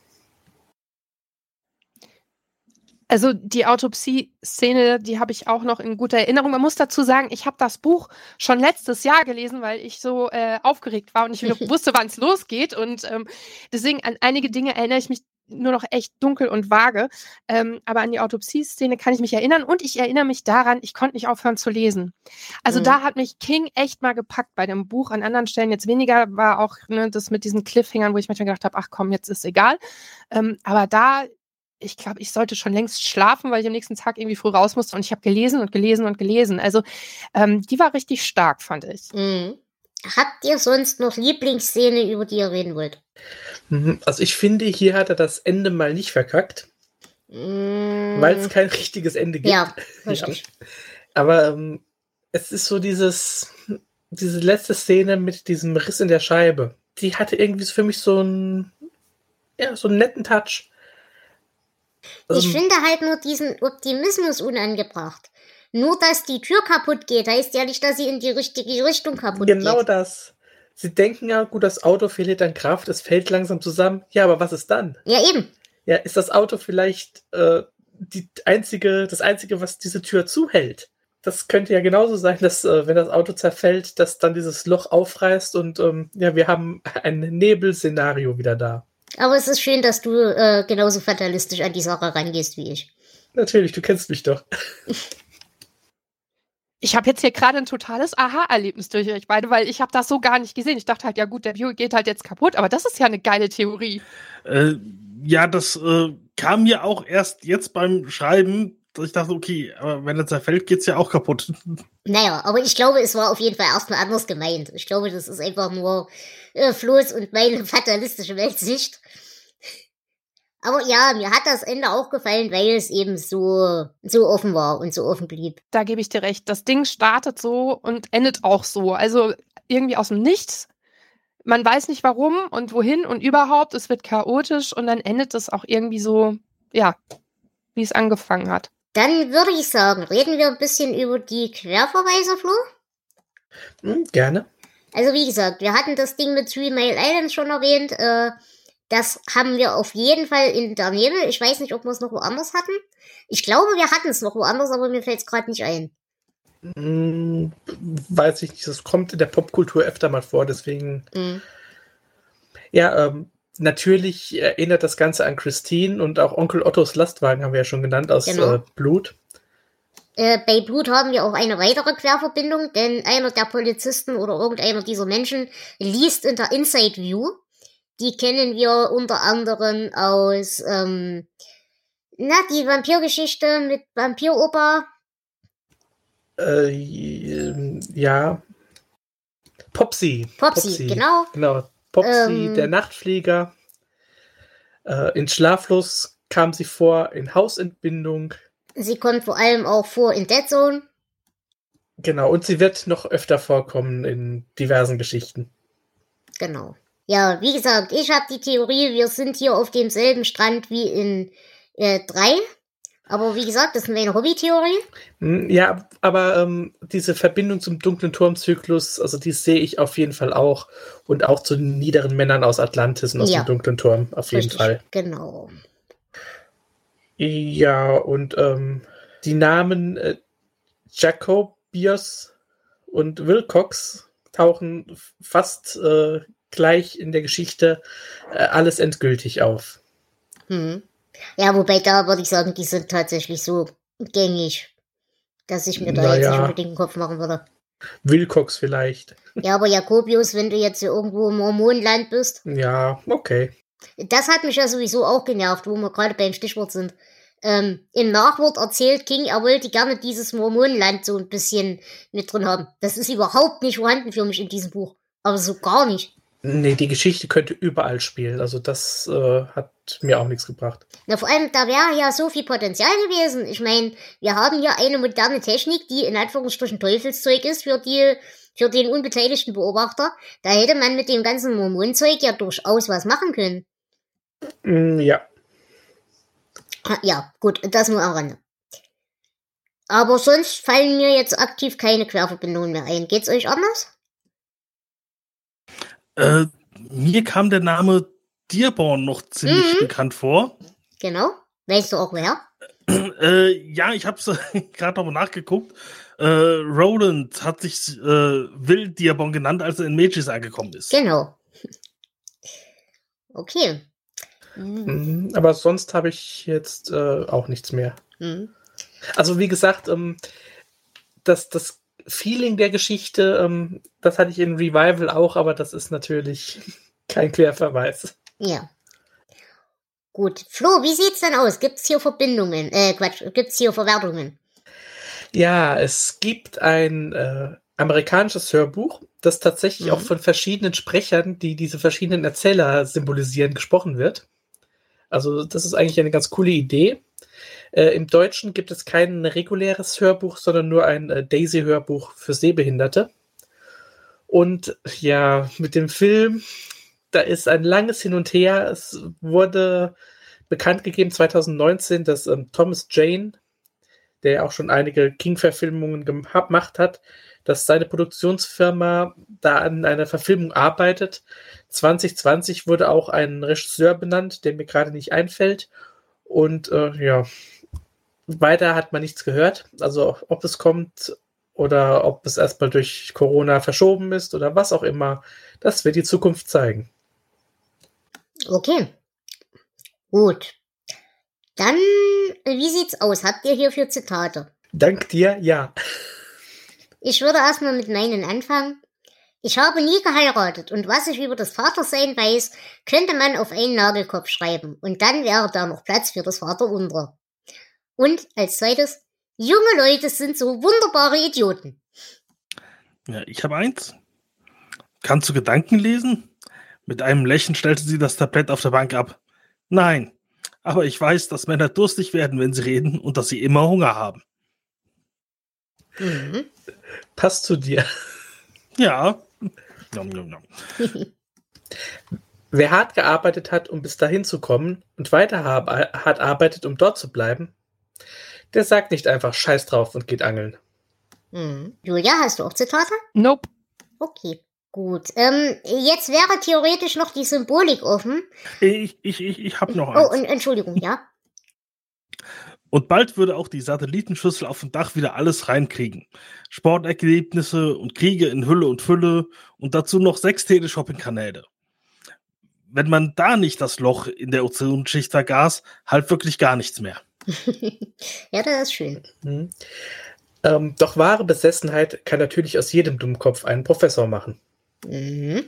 Also die Autopsie-Szene, die habe ich auch noch in guter Erinnerung. Man muss dazu sagen, ich habe das Buch schon letztes Jahr gelesen, weil ich so aufgeregt war und ich wusste, wann es losgeht. Und deswegen an einige Dinge erinnere ich mich nur noch echt dunkel und vage. Aber an die Autopsie-Szene kann ich mich erinnern. Und ich erinnere mich daran, ich konnte nicht aufhören zu lesen. Also da hat mich King echt mal gepackt bei dem Buch. An anderen Stellen jetzt weniger, war auch das mit diesen Cliffhangern, wo ich manchmal gedacht habe, ach komm, jetzt ist egal. Aber da ich glaube, ich sollte schon längst schlafen, weil ich am nächsten Tag irgendwie früh raus musste und ich habe gelesen und gelesen und gelesen. Also die war richtig stark, fand ich. Mhm. Habt ihr sonst noch Lieblingsszene, über die ihr reden wollt? Also ich finde, hier hat er das Ende mal nicht verkackt, weil es kein richtiges Ende gibt. Ja, richtig. Ja. Aber es ist so diese letzte Szene mit diesem Riss in der Scheibe. Die hatte irgendwie für mich so einen netten Touch. Ich finde halt nur diesen Optimismus unangebracht. Nur, dass die Tür kaputt geht, heißt ja nicht, dass sie in die richtige Richtung kaputt geht. Genau das. Sie denken ja, gut, das Auto verliert an Kraft, es fällt langsam zusammen. Ja, aber was ist dann? Ja, eben. Ja, ist das Auto vielleicht das Einzige, was diese Tür zuhält? Das könnte ja genauso sein, dass, wenn das Auto zerfällt, dass dann dieses Loch aufreißt und wir haben ein Nebelszenario wieder da. Aber es ist schön, dass du genauso fatalistisch an die Sache rangehst wie ich. Natürlich, du kennst mich doch. Ich habe jetzt hier gerade ein totales Aha-Erlebnis durch euch beide, weil ich habe das so gar nicht gesehen. Ich dachte halt, ja gut, der Buick geht halt jetzt kaputt, aber das ist ja eine geile Theorie. Ja, das kam mir auch erst jetzt beim Schreiben, dass ich dachte, okay, aber wenn er zerfällt, geht's ja auch kaputt. Naja, aber ich glaube, es war auf jeden Fall erstmal anders gemeint. Ich glaube, das ist einfach nur Flo's und meine fatalistische Weltsicht. Aber ja, mir hat das Ende auch gefallen, weil es eben so offen war und so offen blieb. Da gebe ich dir recht. Das Ding startet so und endet auch so. Also irgendwie aus dem Nichts. Man weiß nicht warum und wohin und überhaupt. Es wird chaotisch und dann endet es auch irgendwie so, ja, wie es angefangen hat. Dann würde ich sagen, reden wir ein bisschen über die Querverweise, Flo? Gerne. Also wie gesagt, wir hatten das Ding mit 3 Mile Island schon erwähnt. Das haben wir auf jeden Fall in der Nebel. Ich weiß nicht, ob wir es noch woanders hatten. Ich glaube, wir hatten es noch woanders, aber mir fällt es gerade nicht ein. Weiß ich nicht, das kommt in der Popkultur öfter mal vor, deswegen. Ja, natürlich erinnert das Ganze an Christine und auch Onkel Ottos Lastwagen haben wir ja schon genannt aus Blut. Bei Blut haben wir auch eine weitere Querverbindung, denn einer der Polizisten oder irgendeiner dieser Menschen liest in der Inside View. Die kennen wir unter anderem aus, die Vampirgeschichte mit Vampiroper. Ja. Popsy, genau. Genau. Popsy, der Nachtflieger. In Schlaflos kam sie vor, in Hausentbindung. Sie kommt vor allem auch vor in Dead Zone. Genau, und sie wird noch öfter vorkommen in diversen Geschichten. Genau. Ja, wie gesagt, ich habe die Theorie, wir sind hier auf demselben Strand wie in 3. Aber wie gesagt, das ist meine Hobbytheorie. Ja, aber diese Verbindung zum dunklen Turmzyklus, also die sehe ich auf jeden Fall auch. Und auch zu den niederen Männern aus Atlantis und aus dem dunklen Turm, auf jeden Fall. Genau. Ja, und die Namen Jacobius und Wilcox tauchen fast gleich in der Geschichte alles endgültig auf. Ja, wobei da würde ich sagen, die sind tatsächlich so gängig, dass ich mir da jetzt nicht unbedingt den Kopf machen würde. Wilcox vielleicht. Ja, aber Jacobius, wenn du jetzt hier irgendwo im Mormonenland bist. Ja, okay. Das hat mich ja sowieso auch genervt, wo wir gerade beim Stichwort sind. Im Nachwort erzählt King, er wollte gerne dieses Mormonenland so ein bisschen mit drin haben. Das ist überhaupt nicht vorhanden für mich in diesem Buch. Aber so gar nicht. Nee, die Geschichte könnte überall spielen. Also das hat mir auch nichts gebracht. Na, vor allem, da wäre ja so viel Potenzial gewesen. Ich meine, wir haben hier eine moderne Technik, die in Anführungsstrichen Teufelszeug ist für den unbeteiligten Beobachter. Da hätte man mit dem ganzen Mormonzeug ja durchaus was machen können. Ja. Ja, gut, das nur am Rande. Aber sonst fallen mir jetzt aktiv keine Querverbindungen mehr ein. Geht's euch anders? Mir kam der Name Dearborn noch ziemlich bekannt vor. Genau. Weißt du auch wer? Ja, ich habe es gerade nochmal nachgeguckt. Roland hat sich Will Dearborn genannt, als er in Mages angekommen ist. Genau. Okay. Aber sonst habe ich jetzt auch nichts mehr. Also wie gesagt, das Feeling der Geschichte, das hatte ich in Revival auch, aber das ist natürlich kein Querverweis. Ja. Gut. Flo, wie sieht's denn aus? Gibt's hier Verbindungen? Gibt's hier Verwertungen? Ja, es gibt ein amerikanisches Hörbuch, das tatsächlich auch von verschiedenen Sprechern, die diese verschiedenen Erzähler symbolisieren, gesprochen wird. Also das ist eigentlich eine ganz coole Idee. Im Deutschen gibt es kein reguläres Hörbuch, sondern nur ein Daisy-Hörbuch für Sehbehinderte. Und ja, mit dem Film, da ist ein langes Hin und Her. Es wurde bekannt gegeben 2019, dass Thomas Jane, der auch schon einige King-Verfilmungen gemacht hat, dass seine Produktionsfirma da an einer Verfilmung arbeitet. 2020 wurde auch ein Regisseur benannt, der mir gerade nicht einfällt. Und weiter hat man nichts gehört. Also ob es kommt oder ob es erstmal durch Corona verschoben ist oder was auch immer, das wird die Zukunft zeigen. Okay. Gut. Dann, wie sieht's aus? Habt ihr hierfür Zitate? Dank dir, ja. Ich würde erstmal mit meinen anfangen. Ich habe nie geheiratet und was ich über das Vatersein weiß, könnte man auf einen Nagelkopf schreiben und dann wäre da noch Platz für das Vateruntere. Und als zweites, junge Leute sind so wunderbare Idioten. Ja, ich habe eins. Kannst du Gedanken lesen? Mit einem Lächeln stellte sie das Tablett auf der Bank ab. Nein, aber ich weiß, dass Männer durstig werden, wenn sie reden und dass sie immer Hunger haben. Mhm. Passt zu dir. Ja. Nom, nom, nom. Wer hart gearbeitet hat, um bis dahin zu kommen und weiter hart arbeitet, um dort zu bleiben, der sagt nicht einfach Scheiß drauf und geht angeln. Mhm. Julia, hast du auch Zitate? Nope. Okay, gut. Jetzt wäre theoretisch noch die Symbolik offen. Ich habe noch eins. Oh, und Entschuldigung, ja. Und bald würde auch die Satellitenschüssel auf dem Dach wieder alles reinkriegen. Sporterlebnisse und Kriege in Hülle und Fülle und dazu noch 6 Teleshopping-Kanäle. Wenn man da nicht das Loch in der Ozonschicht vergaß, halt wirklich gar nichts mehr. Ja, das ist schön. Mhm. Doch wahre Besessenheit kann natürlich aus jedem Dummkopf einen Professor machen. Mhm.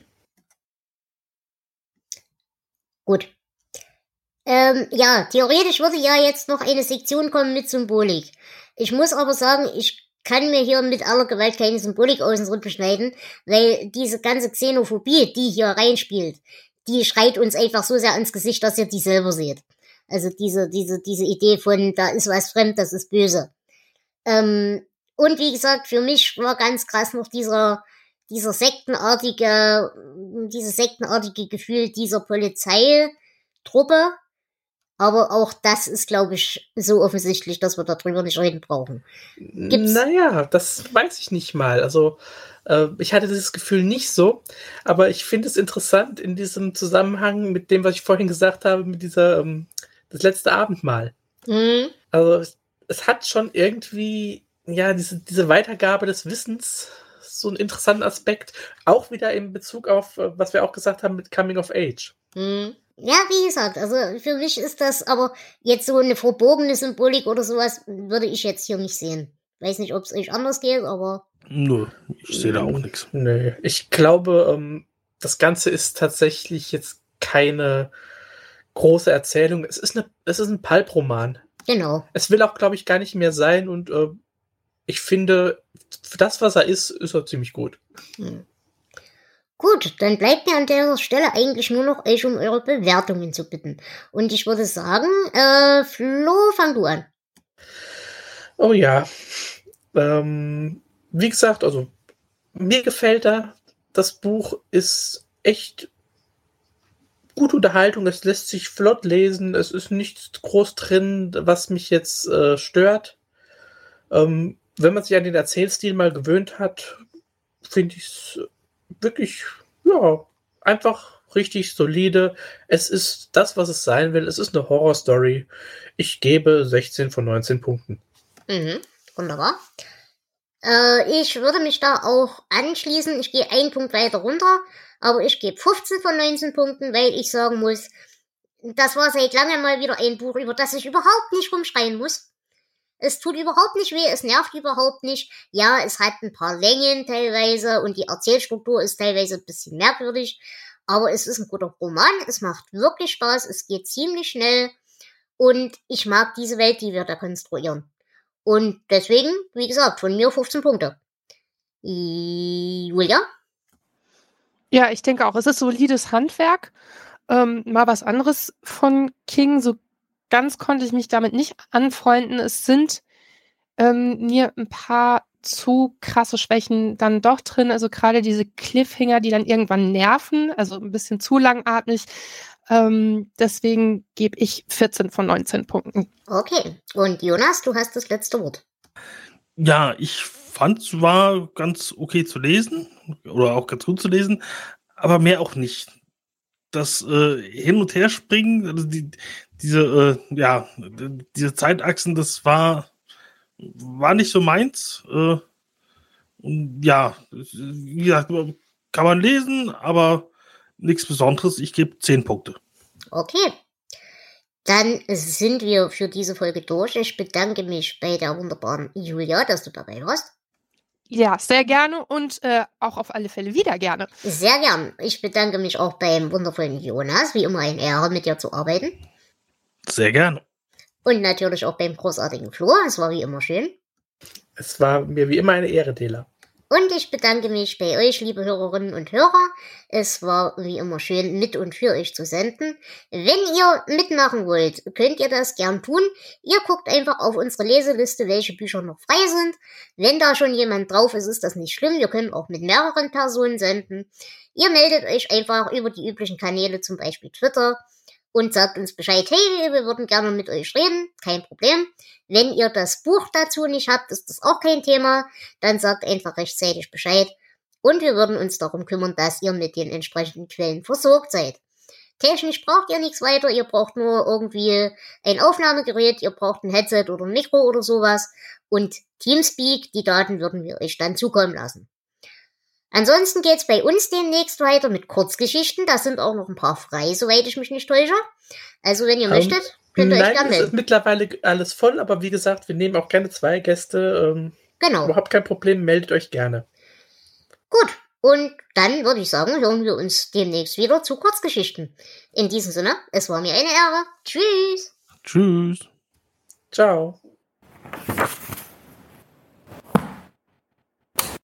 Gut. Ja, theoretisch würde ja jetzt noch eine Sektion kommen mit Symbolik. Ich muss aber sagen, ich kann mir hier mit aller Gewalt keine Symbolik aus den Rippen schneiden, weil diese ganze Xenophobie, die hier reinspielt, die schreit uns einfach so sehr ans Gesicht, dass ihr die selber seht. Also diese Idee von, da ist was fremd, das ist böse. Und wie gesagt, für mich war ganz krass noch dieses sektenartige Gefühl dieser Polizeitruppe. Aber auch das ist, glaube ich, so offensichtlich, dass wir darüber nicht reden brauchen. Gibt's? Naja, das weiß ich nicht mal. Also ich hatte dieses Gefühl nicht so, aber ich finde es interessant in diesem Zusammenhang mit dem, was ich vorhin gesagt habe, mit dieser das letzte Abendmahl. Mhm. Also es hat schon irgendwie, ja, diese Weitergabe des Wissens so einen interessanten Aspekt, auch wieder in Bezug auf, was wir auch gesagt haben mit Coming of Age. Mhm. Ja, wie gesagt, also für mich ist das aber jetzt so eine verbogene Symbolik oder sowas, würde ich jetzt hier nicht sehen. Weiß nicht, ob es euch anders geht, aber... Nö, ich sehe da auch nichts. Nee, ich glaube, das Ganze ist tatsächlich jetzt keine große Erzählung. Es ist ein Pulp-Roman. Genau. Es will auch, glaube ich, gar nicht mehr sein und ich finde, für das, was er ist er ziemlich gut. Hm. Gut, dann bleibt mir an der Stelle eigentlich nur noch euch um eure Bewertungen zu bitten. Und ich würde sagen, Flo, fang du an. Oh ja. Wie gesagt, also mir gefällt das Buch ist echt gute Unterhaltung, es lässt sich flott lesen, es ist nichts groß drin, was mich jetzt stört. Wenn man sich an den Erzählstil mal gewöhnt hat, finde ich es wirklich, ja, einfach richtig solide. Es ist das, was es sein will. Es ist eine Horrorstory. Ich gebe 16 von 19 Punkten. Mhm, wunderbar. Ich würde mich da auch anschließen. Ich gehe einen Punkt weiter runter, aber ich gebe 15 von 19 Punkten, weil ich sagen muss, das war seit langem mal wieder ein Buch, über das ich überhaupt nicht rumschreien muss. Es tut überhaupt nicht weh, es nervt überhaupt nicht. Ja, es hat ein paar Längen teilweise und die Erzählstruktur ist teilweise ein bisschen merkwürdig, aber es ist ein guter Roman, es macht wirklich Spaß, es geht ziemlich schnell und ich mag diese Welt, die wir da konstruieren. Und deswegen, wie gesagt, von mir 15 Punkte. Julia? Ja, ich denke auch, es ist solides Handwerk. Mal was anderes von King. So ganz konnte ich mich damit nicht anfreunden. Es sind mir ein paar zu krasse Schwächen dann doch drin. Also gerade diese Cliffhanger, die dann irgendwann nerven, also ein bisschen zu langatmig. Deswegen gebe ich 14 von 19 Punkten. Okay. Und Jonas, du hast das letzte Wort. Ja, ich fand es war ganz okay zu lesen oder auch ganz gut zu lesen, aber mehr auch nicht. Das Hin- und Herspringen, also diese Zeitachsen, das war nicht so meins. Und ja, wie gesagt, kann man lesen, aber nichts Besonderes. Ich gebe 10 Punkte. Okay. Dann sind wir für diese Folge durch. Ich bedanke mich bei der wunderbaren Julia, dass du dabei warst. Ja, sehr gerne und auch auf alle Fälle wieder gerne. Sehr gern. Ich bedanke mich auch beim wundervollen Jonas. Wie immer eine Ehre, mit dir zu arbeiten. Sehr gerne. Und natürlich auch beim großartigen Flo. Es war wie immer schön. Es war mir wie immer eine Ehre, Dela. Und ich bedanke mich bei euch, liebe Hörerinnen und Hörer. Es war wie immer schön, mit und für euch zu senden. Wenn ihr mitmachen wollt, könnt ihr das gern tun. Ihr guckt einfach auf unsere Leseliste, welche Bücher noch frei sind. Wenn da schon jemand drauf ist, ist das nicht schlimm. Wir können auch mit mehreren Personen senden. Ihr meldet euch einfach über die üblichen Kanäle, zum Beispiel Twitter, und sagt uns Bescheid, hey, wir würden gerne mit euch reden, kein Problem. Wenn ihr das Buch dazu nicht habt, ist das auch kein Thema, dann sagt einfach rechtzeitig Bescheid und wir würden uns darum kümmern, dass ihr mit den entsprechenden Quellen versorgt seid. Technisch braucht ihr nichts weiter, ihr braucht nur irgendwie ein Aufnahmegerät, ihr braucht ein Headset oder ein Mikro oder sowas und Teamspeak, die Daten würden wir euch dann zukommen lassen. Ansonsten geht's bei uns demnächst weiter mit Kurzgeschichten. Da sind auch noch ein paar frei, soweit ich mich nicht täusche. Also wenn ihr möchtet, könnt ihr euch gerne melden. Es ist mittlerweile alles voll, aber wie gesagt, wir nehmen auch gerne 2 Gäste. Genau. Überhaupt kein Problem, meldet euch gerne. Gut, und dann würde ich sagen, hören wir uns demnächst wieder zu Kurzgeschichten. In diesem Sinne, es war mir eine Ehre. Tschüss. Tschüss. Ciao.